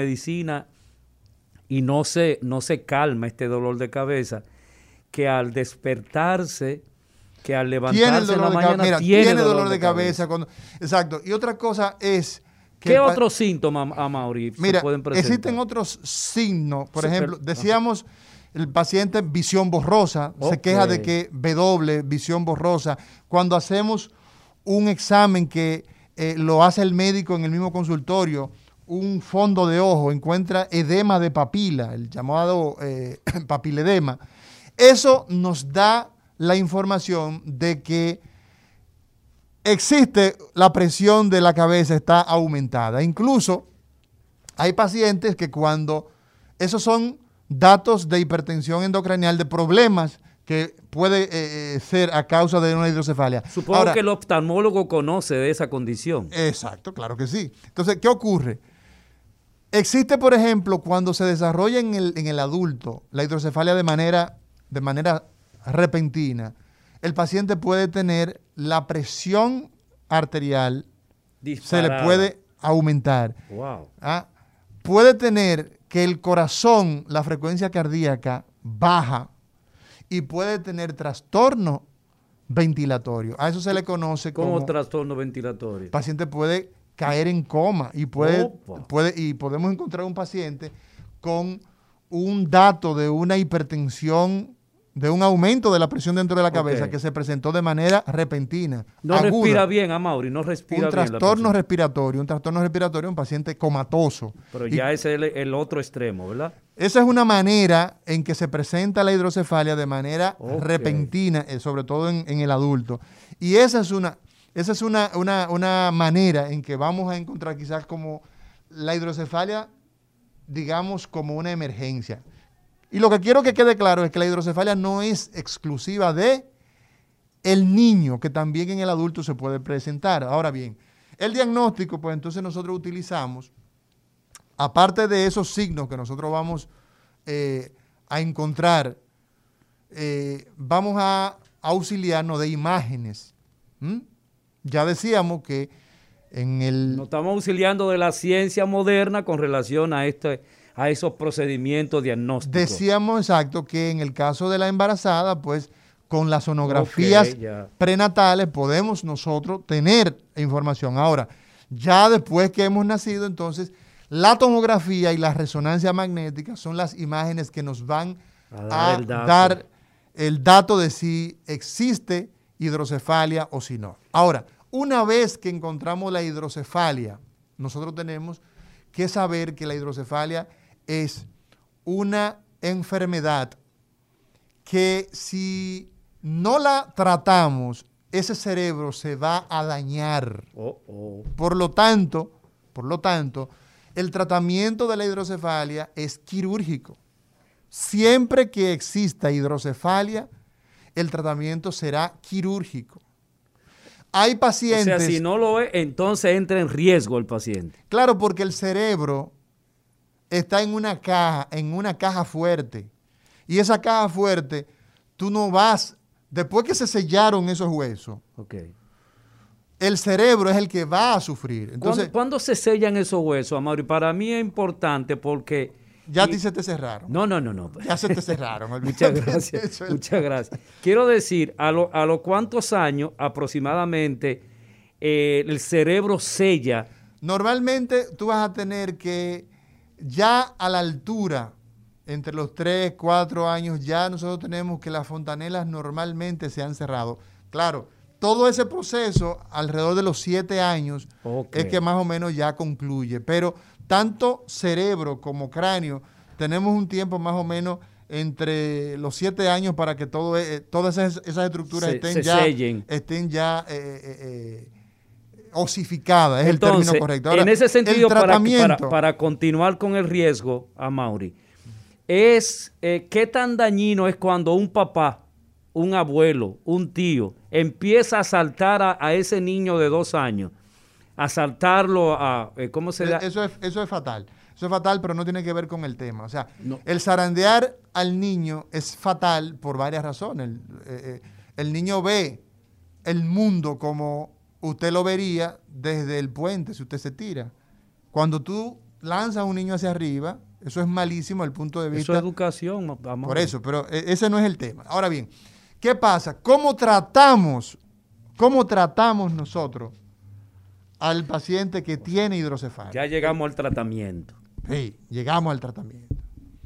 S4: y no se calma este dolor de cabeza, que al despertarse, que al levantarse en la mañana
S3: tiene dolor de cabeza. Exacto. Y otra cosa es que
S4: ¿qué otros síntomas, Amaury, se pueden presentar?
S3: Existen otros signos. Por ejemplo, decíamos, el paciente visión borrosa, se queja de que visión borrosa. Cuando hacemos un examen que lo hace el médico en el mismo consultorio, un fondo de ojo, encuentra edema de papila, el llamado papiledema. Eso nos da la información de que existe la presión de la cabeza, está aumentada. Incluso hay pacientes que cuando esos son datos de hipertensión endocranial, de problemas que puede ser a causa de una hidrocefalia.
S4: Supongo que el oftalmólogo conoce de esa condición.
S3: Exacto, claro que sí. Entonces, ¿qué ocurre? Existe, por ejemplo, cuando se desarrolla en el adulto la hidrocefalia de manera repentina, el paciente puede tener la presión arterial, disparada, se le puede aumentar.
S4: Wow.
S3: Puede tener que el corazón, la frecuencia cardíaca baja, y puede tener trastorno ventilatorio. A eso se le conoce como
S4: trastorno ventilatorio.
S3: El paciente puede caer en coma y podemos encontrar un paciente con un dato de una hipertensión, de un aumento de la presión dentro de la cabeza que se presentó de manera repentina.
S4: No aguda. Respira bien, Amaury, no respira bien.
S3: Un trastorno respiratorio, un paciente comatoso.
S4: Pero ya ese es el otro extremo, ¿verdad?
S3: Esa es una manera en que se presenta la hidrocefalia de manera repentina, sobre todo en el adulto. Y esa es una manera en que vamos a encontrar quizás como la hidrocefalia, digamos, como una emergencia. Y lo que quiero que quede claro es que la hidrocefalia no es exclusiva de el niño, que también en el adulto se puede presentar. Ahora bien, el diagnóstico, pues entonces nosotros utilizamos, aparte de esos signos que nosotros vamos a encontrar, vamos a auxiliarnos de imágenes. Ya decíamos que
S4: nos estamos auxiliando de la ciencia moderna con relación a esos procedimientos diagnósticos.
S3: Decíamos exacto que en el caso de la embarazada, pues con las sonografías prenatales podemos nosotros tener información. Ahora, ya después que hemos nacido, entonces la tomografía y la resonancia magnética son las imágenes que nos van a dar el dato de si existe hidrocefalia o si no. Ahora, una vez que encontramos la hidrocefalia, nosotros tenemos que saber que la hidrocefalia es una enfermedad que si no la tratamos, ese cerebro se va a dañar. Por lo tanto, el tratamiento de la hidrocefalia es quirúrgico. Siempre que exista hidrocefalia, el tratamiento será quirúrgico. Hay pacientes...
S4: O sea, si no lo es, entonces entra en riesgo el paciente.
S3: Claro, porque el cerebro está en una caja fuerte. Y esa caja fuerte, tú no vas... Después que se sellaron esos huesos, el cerebro es el que va a sufrir. Entonces,
S4: ¿Cuándo se sellan esos huesos, Amaury? Para mí es importante porque...
S3: Ya a ti se te cerraron.
S4: No.
S3: Ya se te cerraron.
S4: Muchas gracias. Quiero decir, a los cuántos años aproximadamente el cerebro sella.
S3: Normalmente tú vas a tener que ya a la altura, entre los 3, 4 años, ya nosotros tenemos que las fontanelas normalmente se han cerrado. Claro, todo ese proceso alrededor de los 7 años es que más o menos ya concluye. Pero tanto cerebro como cráneo, tenemos un tiempo más o menos entre los 7 años para que todas esas estructuras estén ya osificadas, es entonces, el término correcto. Ahora,
S4: en ese sentido, para continuar con el riesgo, Amaury, es qué tan dañino es cuando un papá, un abuelo, un tío empieza a saltar a ese niño de 2 años, a saltarlo a, ¿cómo se llama?
S3: Eso es fatal. Eso es fatal, pero no tiene que ver con el tema. O sea,
S4: No.
S3: el zarandear al niño es fatal por varias razones. El niño ve el mundo como usted lo vería desde el puente, si usted se tira. Cuando tú lanzas a un niño hacia arriba, eso es malísimo desde el punto de vista.
S4: Eso es educación, vamos.
S3: Por eso, pero ese no es el tema. Ahora bien, ¿qué pasa? ¿Cómo tratamos nosotros al paciente que tiene hidrocefalia?
S4: Ya llegamos al tratamiento.
S3: Sí, llegamos al tratamiento.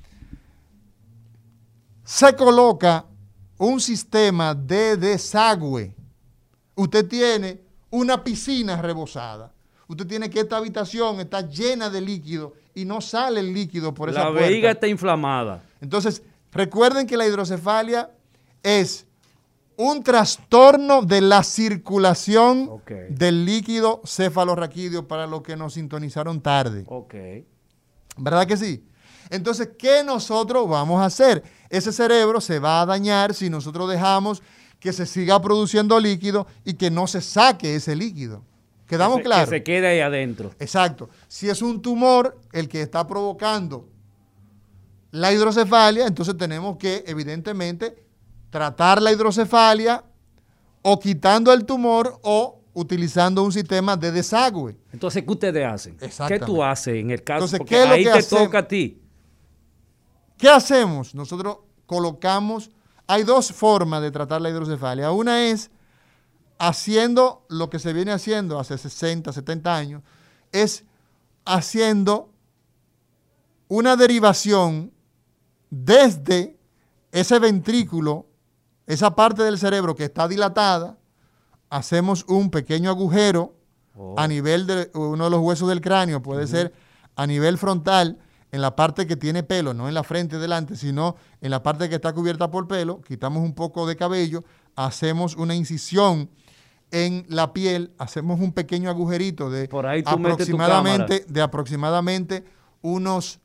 S3: Se coloca un sistema de desagüe. Usted tiene una piscina rebosada. Usted tiene que esta habitación está llena de líquido y no sale el líquido por esa puerta.
S4: La vejiga está inflamada.
S3: Entonces, recuerden que la hidrocefalia es un trastorno de la circulación del líquido cefalorraquídeo para los que nos sintonizaron tarde.
S4: Ok.
S3: ¿Verdad que sí? Entonces, ¿qué nosotros vamos a hacer? Ese cerebro se va a dañar si nosotros dejamos que se siga produciendo líquido y que no se saque ese líquido. ¿Quedamos claros?
S4: Que se quede ahí adentro.
S3: Exacto. Si es un tumor el que está provocando la hidrocefalia, entonces tenemos que, evidentemente, tratar la hidrocefalia o quitando el tumor o utilizando un sistema de desagüe.
S4: Entonces, ¿qué ustedes hacen? ¿Qué tú haces en el caso?
S3: Entonces,
S4: porque
S3: ¿qué es lo
S4: ahí
S3: que
S4: te
S3: hacemos?
S4: toca a ti.
S3: ¿Qué hacemos? Nosotros colocamos, hay dos formas de tratar la hidrocefalia. Una es haciendo lo que se viene haciendo hace 60, 70 años, es haciendo una derivación desde ese ventrículo, esa parte del cerebro que está dilatada, hacemos un pequeño agujero a nivel de uno de los huesos del cráneo, puede ser a nivel frontal, en la parte que tiene pelo, no en la frente delante, sino en la parte que está cubierta por pelo, quitamos un poco de cabello, hacemos una incisión en la piel, hacemos un pequeño agujerito de
S4: Por ahí tú metes tu cámara.
S3: aproximadamente unos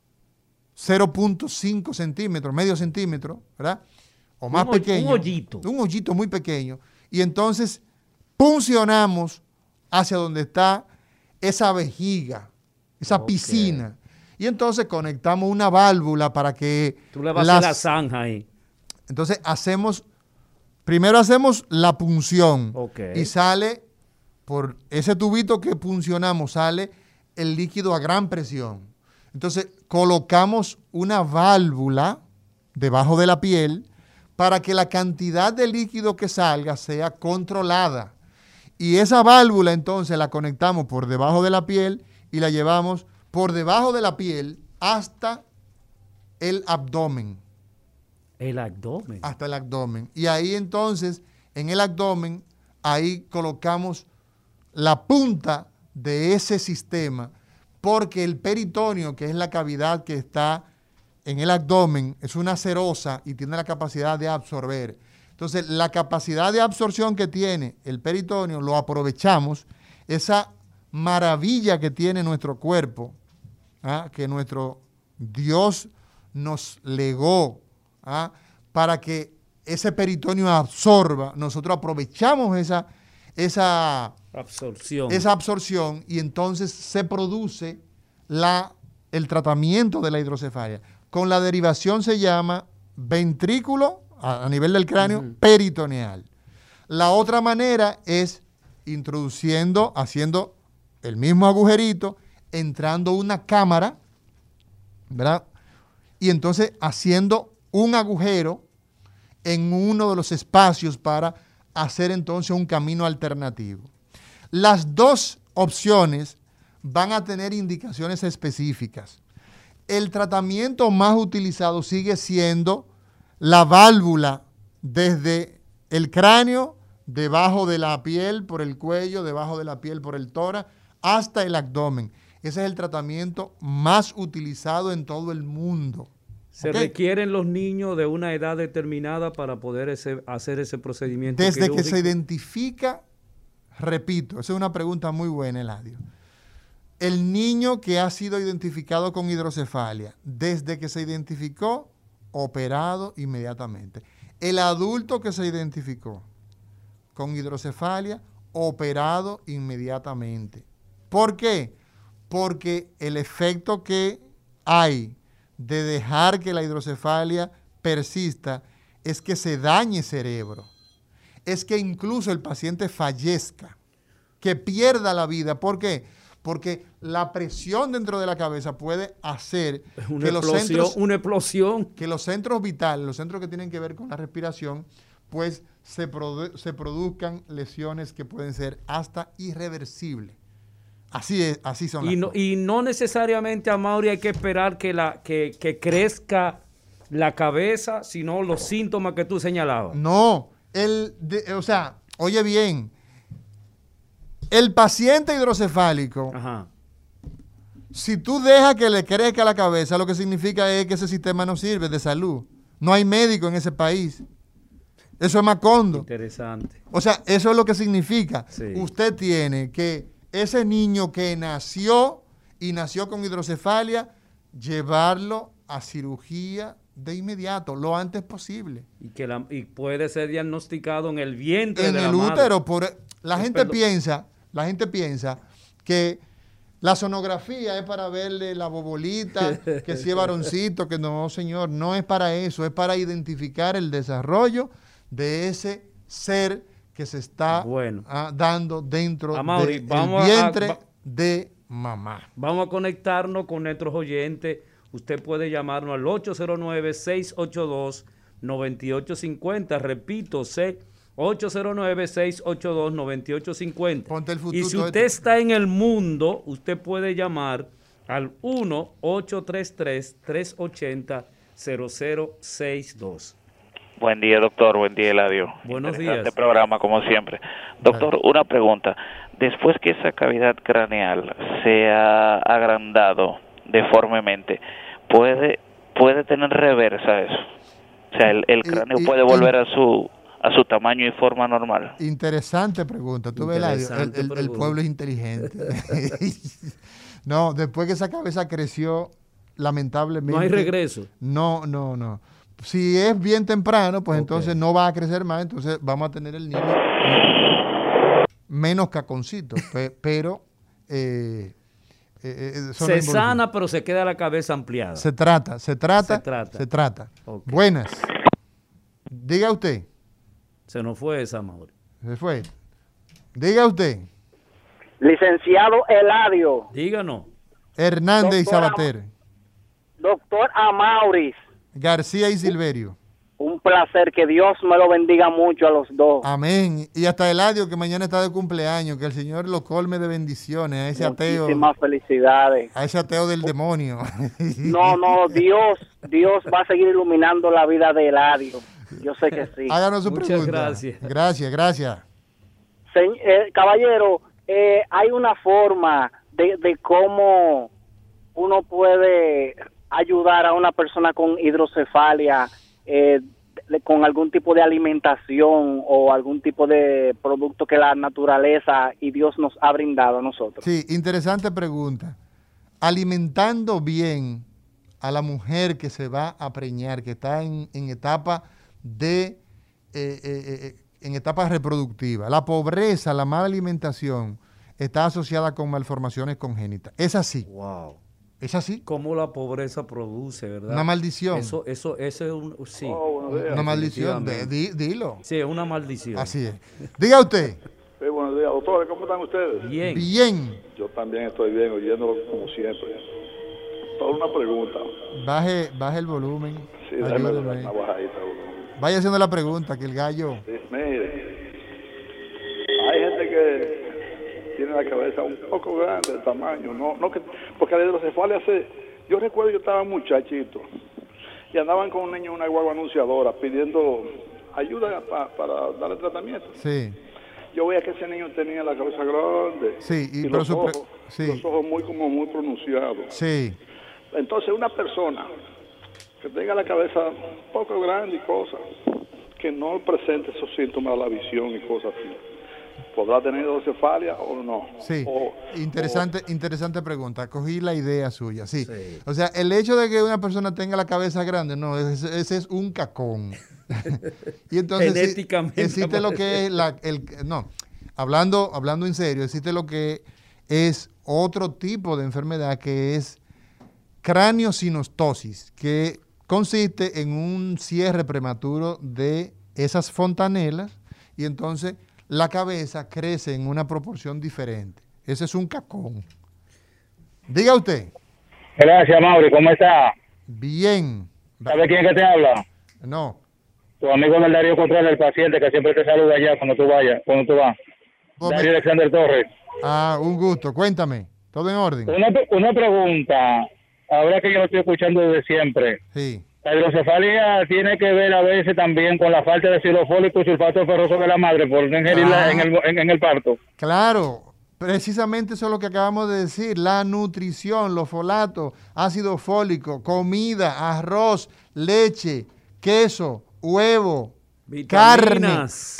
S3: 0.5 centímetros, medio centímetro, ¿verdad? O más pequeño.
S4: Un hoyito.
S3: Un hoyito muy pequeño. Y entonces puncionamos hacia donde está esa vejiga, esa piscina. Y entonces conectamos una válvula para que...
S4: Tú le vas a hacer la zanja ahí.
S3: Entonces primero hacemos la punción. Y sale, por ese tubito que puncionamos, sale el líquido a gran presión. Entonces colocamos una válvula debajo de la piel para que la cantidad de líquido que salga sea controlada. Y esa válvula entonces la conectamos por debajo de la piel y la llevamos por debajo de la piel hasta el abdomen.
S4: El abdomen.
S3: Hasta el abdomen. Y ahí entonces, en el abdomen, ahí colocamos la punta de ese sistema, porque el peritoneo, que es la cavidad que está en el abdomen, es una serosa y tiene la capacidad de absorber. Entonces, la capacidad de absorción que tiene el peritoneo, lo aprovechamos, esa maravilla que tiene nuestro cuerpo, que nuestro Dios nos legó, para que ese peritoneo absorba. Nosotros aprovechamos esa absorción y entonces se produce el tratamiento de la hidrocefalia. Con la derivación se llama ventrículo a nivel del cráneo peritoneal. La otra manera es haciendo el mismo agujerito, entrando una cámara, ¿verdad? Y entonces haciendo un agujero en uno de los espacios para hacer entonces un camino alternativo. Las dos opciones van a tener indicaciones específicas. El tratamiento más utilizado sigue siendo la válvula desde el cráneo, debajo de la piel por el cuello, debajo de la piel por el tórax, hasta el abdomen. Ese es el tratamiento más utilizado en todo el mundo.
S4: ¿Se requieren los niños de una edad determinada para poder hacer ese procedimiento
S3: Desde
S4: quirúrgico?
S3: que se identifica, repito, esa es una pregunta muy buena, Eladio. El niño que ha sido identificado con hidrocefalia, desde que se identificó, operado inmediatamente. El adulto que se identificó con hidrocefalia, operado inmediatamente. ¿Por qué? Porque el efecto que hay de dejar que la hidrocefalia persista es que se dañe el cerebro, es que incluso el paciente fallezca, que pierda la vida. ¿Por qué? Porque la presión dentro de la cabeza puede hacer que
S4: una explosión.
S3: Que los centros vitales, los centros que tienen que ver con la respiración, pues se produzcan lesiones que pueden ser hasta irreversibles. Así es, así son las cosas.
S4: Y no necesariamente, Amaury, hay que esperar que crezca la cabeza, sino los síntomas que tú señalabas.
S3: No, o sea, oye bien, el paciente hidrocefálico,
S4: Ajá.
S3: Si tú dejas que le crezca la cabeza, lo que significa es que ese sistema no sirve de salud. No hay médico en ese país. Eso es Macondo.
S4: Interesante.
S3: O sea, eso es lo que significa.
S4: Sí.
S3: Usted tiene que ese niño que nació y nació con hidrocefalia, llevarlo a cirugía de inmediato, lo antes posible.
S4: Y puede ser diagnosticado en el vientre
S3: en
S4: de la
S3: el útero.
S4: madre.
S3: La gente piensa que la sonografía es para verle la bobolita, que si es varoncito, que no, señor, no es para eso, es para identificar el desarrollo de ese ser que se está dando dentro del vientre de mamá.
S4: Vamos a conectarnos con nuestros oyentes. Usted puede llamarnos al 809-682-9850. Repito, 809-682-9850.
S3: Ponte el futuro.
S4: Y si usted está en el mundo, usted puede llamar al 1-833-380-0062.
S5: Buen día, doctor. Buen día, Eladio.
S4: Buenos días.
S5: Este programa, como siempre. Doctor, una pregunta. Después que esa cavidad craneal se ha agrandado deformemente, ¿puede tener reversa eso? O sea, el cráneo puede volver a su tamaño y forma normal.
S3: Interesante pregunta. Tú ves, Eladio, el pueblo es inteligente. No, después que esa cabeza creció, lamentablemente...
S4: No hay regreso.
S3: No. Si es bien temprano, pues entonces no va a crecer más, entonces vamos a tener el niño menos caconcito, pero...
S4: se sana, pero se queda la cabeza ampliada.
S3: Se trata. Okay. Buenas. Diga usted.
S4: Se nos fue esa, Mauri.
S3: Se fue. Diga usted.
S6: Licenciado Eladio.
S4: Díganos.
S3: Hernández y Sabater.
S6: Doctor Amaury.
S3: García y Silverio.
S6: Un placer, que Dios me lo bendiga mucho a los dos.
S3: Amén. Y hasta Eladio, que mañana está de cumpleaños, que el Señor lo colme de bendiciones a ese ateo.
S6: Muchísimas felicidades.
S3: A ese ateo del demonio.
S6: No, Dios va a seguir iluminando la vida de Eladio. Yo sé que sí.
S3: Háganos su pregunta.
S4: Muchas gracias.
S3: Gracias.
S6: Caballero, hay una forma de cómo uno puede ayudar a una persona con hidrocefalia, con algún tipo de alimentación o algún tipo de producto que la naturaleza y Dios nos ha brindado a nosotros.
S3: Sí, interesante pregunta. Alimentando bien a la mujer que se va a preñar, que está en etapa en etapa reproductiva. La pobreza, la mala alimentación está asociada con malformaciones congénitas. Es así.
S4: Wow.
S3: ¿Es así?
S4: Cómo la pobreza produce, ¿verdad?
S3: Una maldición.
S4: Eso es sí.
S3: Una maldición. Dilo.
S4: Sí, es una maldición.
S3: Así es. Diga usted.
S7: Sí, buenos días, doctores. ¿Cómo están ustedes?
S3: Bien.
S7: Yo también estoy bien, oyéndolo como siempre. Solo una pregunta.
S3: Baje el volumen.
S7: Sí, déjame una bajadita.
S3: Vaya haciendo la pregunta, que el gallo...
S7: Sí, mire, hay gente que tiene la cabeza un poco grande de tamaño, porque la hidrocefalia yo recuerdo, yo estaba muchachito y andaban con un niño en una guagua anunciadora pidiendo ayuda para darle tratamiento.
S3: Sí.
S7: Yo veía que ese niño tenía la cabeza grande.
S3: Sí,
S7: y los ojos muy pronunciados.
S3: Sí.
S7: Entonces una persona que tenga la cabeza un poco grande y cosas, que no presente esos síntomas de la visión y cosas así, ¿podrá tener hidrocefalia o no?
S3: Sí,
S7: O-
S3: interesante pregunta. Cogí la idea suya, sí.
S4: Sí.
S3: O sea, el hecho de que una persona tenga la cabeza grande, no, ese es un cacón. Y entonces
S4: Genéticamente
S3: existe lo que es no, hablando en serio, existe lo que es otro tipo de enfermedad que es craniosinostosis, que consiste en un cierre prematuro de esas fontanelas y entonces la cabeza crece en una proporción diferente. Ese es un cacón. Diga usted.
S8: Gracias, Mauri. ¿Cómo está?
S3: Bien.
S8: ¿Sabe quién es que te habla?
S3: No.
S8: Tu amigo del Darío Contreras, el paciente que siempre te saluda allá cuando tú vas. Darío Alexander Torres.
S3: Un gusto. Cuéntame. ¿Todo en orden?
S8: Una pregunta. Ahora que yo lo estoy escuchando desde siempre.
S3: Sí.
S8: La hidrocefalia tiene que ver a veces también con la falta de ácido fólico y sulfato ferroso de la madre por no ingerirla en el parto.
S3: Claro. Precisamente eso es lo que acabamos de decir. La nutrición, los folatos, ácido fólico, comida, arroz, leche, queso, huevo,
S4: Vitaminas.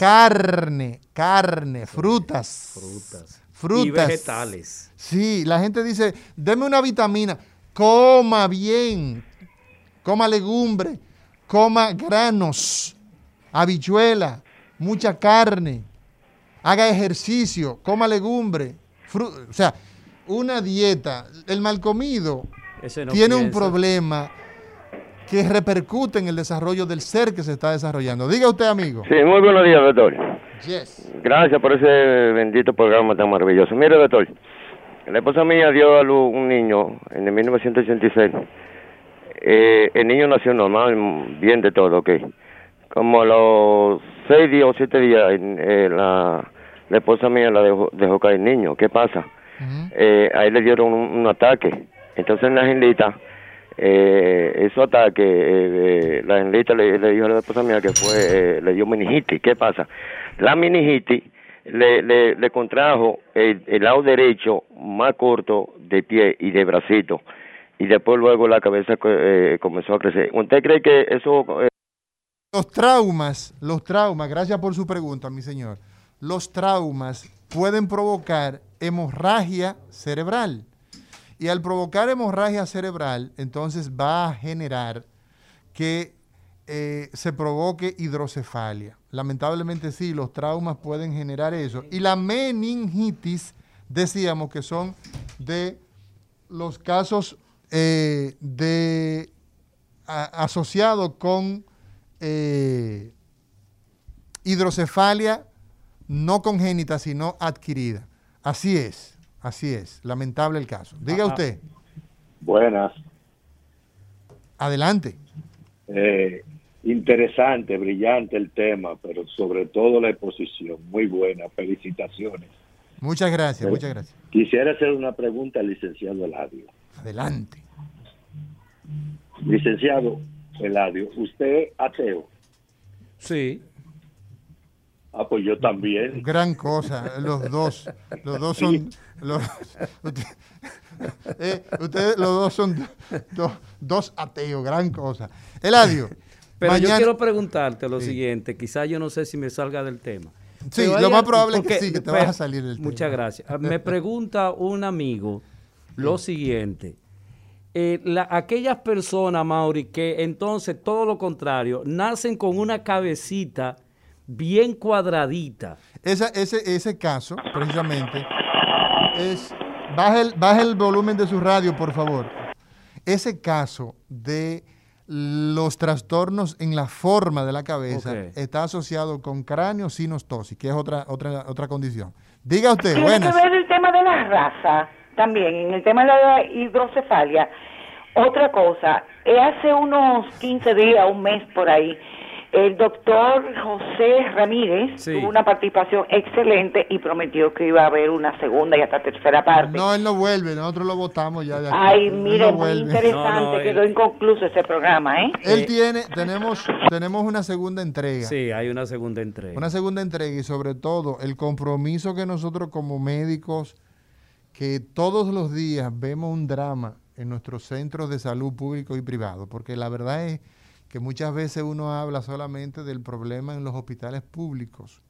S3: carne, frutas.
S4: Y vegetales.
S3: Sí, la gente dice, deme una vitamina. Coma bien, coma legumbre, coma granos, habichuela, mucha carne, haga ejercicio, coma legumbre, o sea, una dieta. El mal comido tiene un problema que repercute en el desarrollo del ser que se está desarrollando. Diga usted, amigo.
S9: Sí, muy buenos días, doctor.
S3: Yes.
S9: Gracias por ese bendito programa tan maravilloso. Mire, doctor, la esposa mía dio a luz un niño en el 1986. El niño nació normal, bien de todo, ok. Como a los 6 días o 7 días, la esposa mía la dejó caer el niño. ¿Qué pasa? A él le dieron un ataque. Entonces en la agendita, esos ataques, la agendita le dijo a la esposa mía que le dio meningitis. ¿Qué pasa? La meningitis le contrajo el lado derecho más corto de pie y de bracito, y después luego la cabeza comenzó a crecer. ¿Usted cree que eso...
S3: Los traumas, gracias por su pregunta, mi señor. Los traumas pueden provocar hemorragia cerebral. Y al provocar hemorragia cerebral, entonces va a generar que se provoque hidrocefalia. Lamentablemente sí, los traumas pueden generar eso. Y la meningitis, decíamos que son de los casos asociados con hidrocefalia no congénita, sino adquirida. Así es, lamentable el caso. Diga usted.
S10: Buenas.
S3: Adelante.
S10: Interesante, brillante el tema, pero sobre todo la exposición, muy buena, felicitaciones.
S3: Muchas gracias.
S10: Quisiera hacer una pregunta al licenciado Eladio.
S3: Adelante.
S10: Licenciado Eladio, ¿usted es ateo?
S4: Sí.
S10: Ah, pues yo también.
S3: Gran cosa, los dos son... ustedes los dos son dos ateos, gran cosa. Eladio.
S4: Pero yo quiero preguntarte lo siguiente, quizás yo no sé si me salga del tema.
S3: Sí, lo más probable es que sí, que te vas a salir del tema.
S4: Muchas gracias. Me pregunta un amigo lo siguiente. Aquellas personas, Mauri, que entonces todo lo contrario, nacen con una cabecita bien cuadradita.
S3: Ese caso, precisamente, es... Baje el volumen de su radio, por favor. Ese caso de los trastornos en la forma de la cabeza está asociado con craniosinostosis, que es otra condición. Diga usted,
S11: buenas. Tiene que ver el tema de la raza también, en el tema de la hidrocefalia. Otra cosa, hace unos 15 días, un mes por ahí, el doctor José Ramírez tuvo una participación excelente y prometió que iba a haber una segunda y hasta tercera parte.
S3: No, él no vuelve, nosotros lo votamos ya de aquí.
S11: Ay, mire, muy interesante, quedó inconcluso ese programa, ¿eh?
S3: Él tenemos una segunda entrega.
S4: Sí, hay una segunda entrega.
S3: Una segunda entrega y sobre todo el compromiso que nosotros como médicos, que todos los días vemos un drama en nuestros centros de salud públicos y privados, porque la verdad es que muchas veces uno habla solamente del problema en los hospitales públicos,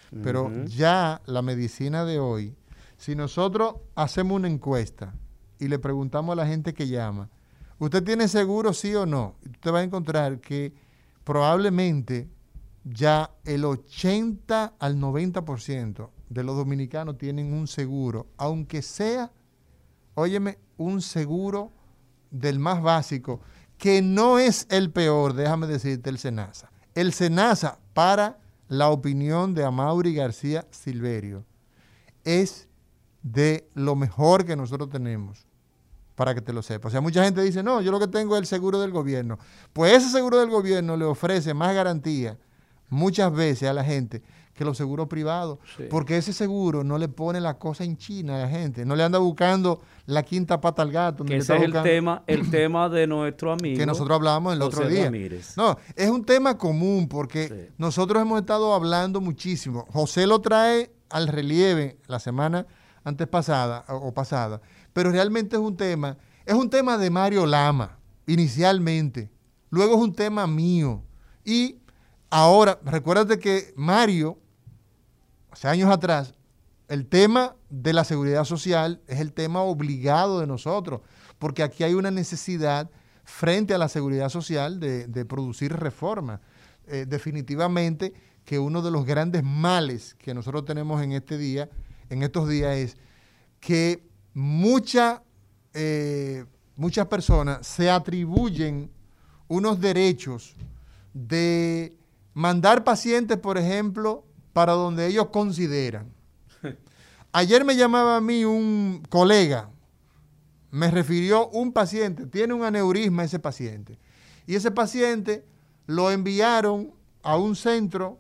S3: Pero ya la medicina de hoy, si nosotros hacemos una encuesta y le preguntamos a la gente que llama, ¿usted tiene seguro sí o no? Usted va a encontrar que probablemente ya el 80 al 90% de los dominicanos tienen un seguro, aunque sea, óyeme, un seguro del más básico, que no es el peor, déjame decirte, el SENASA. El SENASA, para la opinión de Amaury García Silverio, es de lo mejor que nosotros tenemos, para que te lo sepas. O sea, mucha gente dice, no, yo lo que tengo es el seguro del gobierno. Pues ese seguro del gobierno le ofrece más garantía muchas veces a la gente que los seguros privados, porque ese seguro no le pone la cosa en China a la gente, no le anda buscando la quinta pata al gato.
S4: Que ese es el tema de nuestro amigo
S3: que nosotros hablábamos el otro día.
S4: Ramírez.
S3: No, es un tema común porque nosotros hemos estado hablando muchísimo. José lo trae al relieve la semana antes pasada, pero realmente es un tema de Mario Lama, inicialmente, luego es un tema mío, y ahora, recuérdate que Mario, hace años atrás, el tema de la seguridad social es el tema obligado de nosotros, porque aquí hay una necesidad frente a la seguridad social de producir reformas. Definitivamente que uno de los grandes males que nosotros tenemos en estos días es que muchas personas se atribuyen unos derechos de mandar pacientes, por ejemplo, para donde ellos consideran. Ayer me llamaba a mí un colega, me refirió un paciente, tiene un aneurisma ese paciente, y ese paciente lo enviaron a un centro,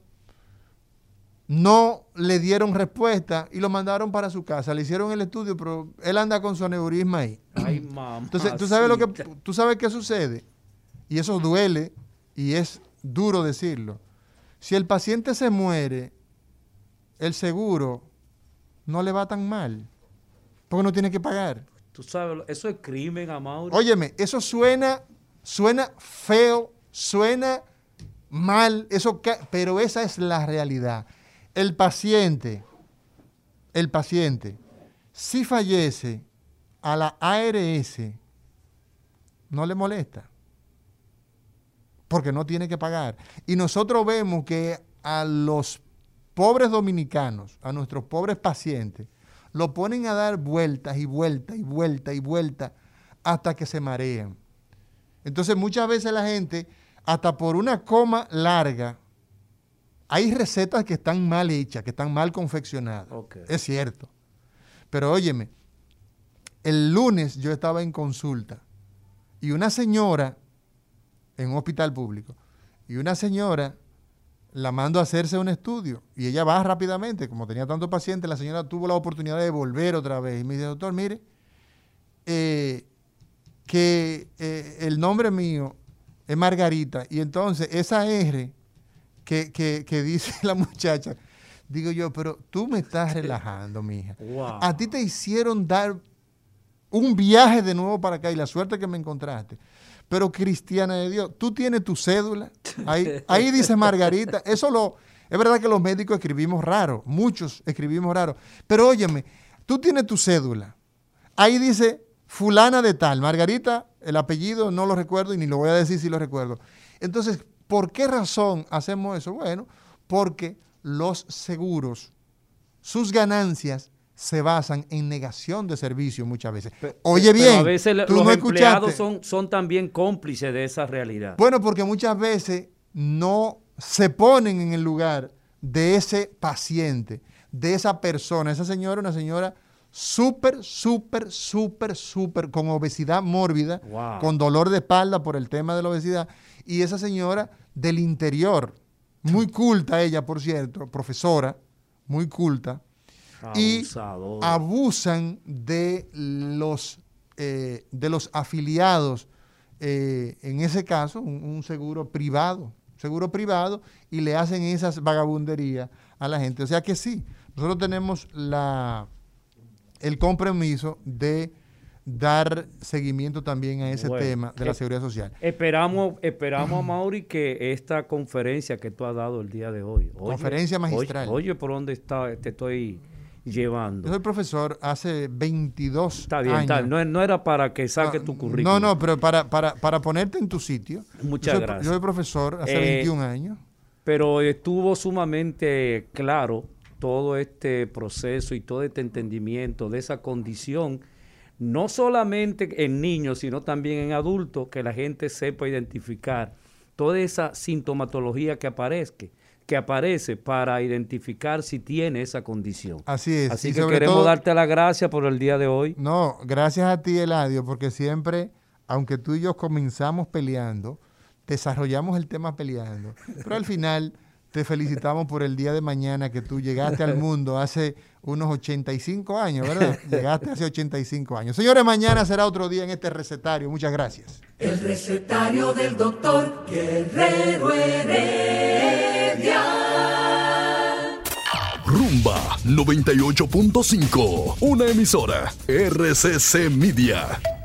S3: no le dieron respuesta y lo mandaron para su casa, le hicieron el estudio, pero él anda con su aneurisma ahí.
S4: Ay, mamá.
S3: Entonces, ¿tú sabes qué sucede? Y eso duele y es duro decirlo. Si el paciente se muere, el seguro no le va tan mal, porque no tiene que pagar.
S4: Tú sabes, eso es crimen, Amaury.
S3: Óyeme, eso suena feo, suena mal, pero esa es la realidad. El paciente, si fallece, a la ARS no le molesta, porque no tiene que pagar. Y nosotros vemos que a los pobres dominicanos, a nuestros pobres pacientes, lo ponen a dar vueltas y vueltas y vueltas y vueltas hasta que se marean. Entonces muchas veces la gente, hasta por una coma larga, hay recetas que están mal hechas, que están mal confeccionadas. Okay. Es cierto. Pero óyeme, el lunes yo estaba en consulta y una señora en un hospital público, y una señora la mando a hacerse un estudio y ella va rápidamente, como tenía tantos pacientes, la señora tuvo la oportunidad de volver otra vez y me dice, doctor, mire, el nombre mío es Margarita, y entonces esa R que dice la muchacha, digo yo, pero tú me estás relajando, mija. Wow. A ti te hicieron dar un viaje de nuevo para acá y la suerte que me encontraste. Pero cristiana de Dios, tú tienes tu cédula, ahí dice Margarita, es verdad que los médicos escribimos raro, muchos escribimos raro, pero óyeme, tú tienes tu cédula, ahí dice fulana de tal, Margarita, el apellido no lo recuerdo y ni lo voy a decir si lo recuerdo. Entonces, ¿por qué razón hacemos eso? Bueno, porque los seguros, sus ganancias se basan en negación de servicio muchas veces. Oye bien,
S4: pero a veces los empleados son también cómplices de esa realidad.
S3: Bueno, porque muchas veces no se ponen en el lugar de ese paciente, de esa persona. Esa señora, una señora súper, con obesidad mórbida, wow, con dolor de espalda por el tema de la obesidad. Y esa señora del interior, muy culta ella, por cierto, profesora, muy culta, y abusan de los afiliados, en ese caso, un seguro privado, y le hacen esas vagabunderías a la gente. O sea que sí, nosotros tenemos el compromiso de dar seguimiento también a ese tema de la seguridad social.
S4: Esperamos a Mauri que esta conferencia que tú has dado el día de hoy.
S3: Conferencia magistral.
S4: Oye, por dónde te estoy llevando.
S3: Yo soy profesor hace 22
S4: está bien,
S3: años.
S4: Está bien. No era para que saque tu currículum.
S3: No, pero para ponerte en tu sitio.
S4: Muchas gracias.
S3: Yo soy profesor hace 21 años.
S4: Pero estuvo sumamente claro todo este proceso y todo este entendimiento de esa condición, no solamente en niños, sino también en adultos, que la gente sepa identificar toda esa sintomatología que aparece para identificar si tiene esa condición.
S3: Así es.
S4: Así que queremos darte las gracias por el día de hoy.
S3: No, gracias a ti, Eladio, porque siempre, aunque tú y yo comenzamos peleando, desarrollamos el tema peleando, pero al final te felicitamos por el día de mañana que tú llegaste al mundo hace unos 85 años, ¿verdad? Llegaste hace 85 años. Señores, mañana será otro día en este recetario. Muchas gracias.
S2: El recetario del doctor Guerrero Heredia.
S12: Rumba 98.5, una emisora RCC Media.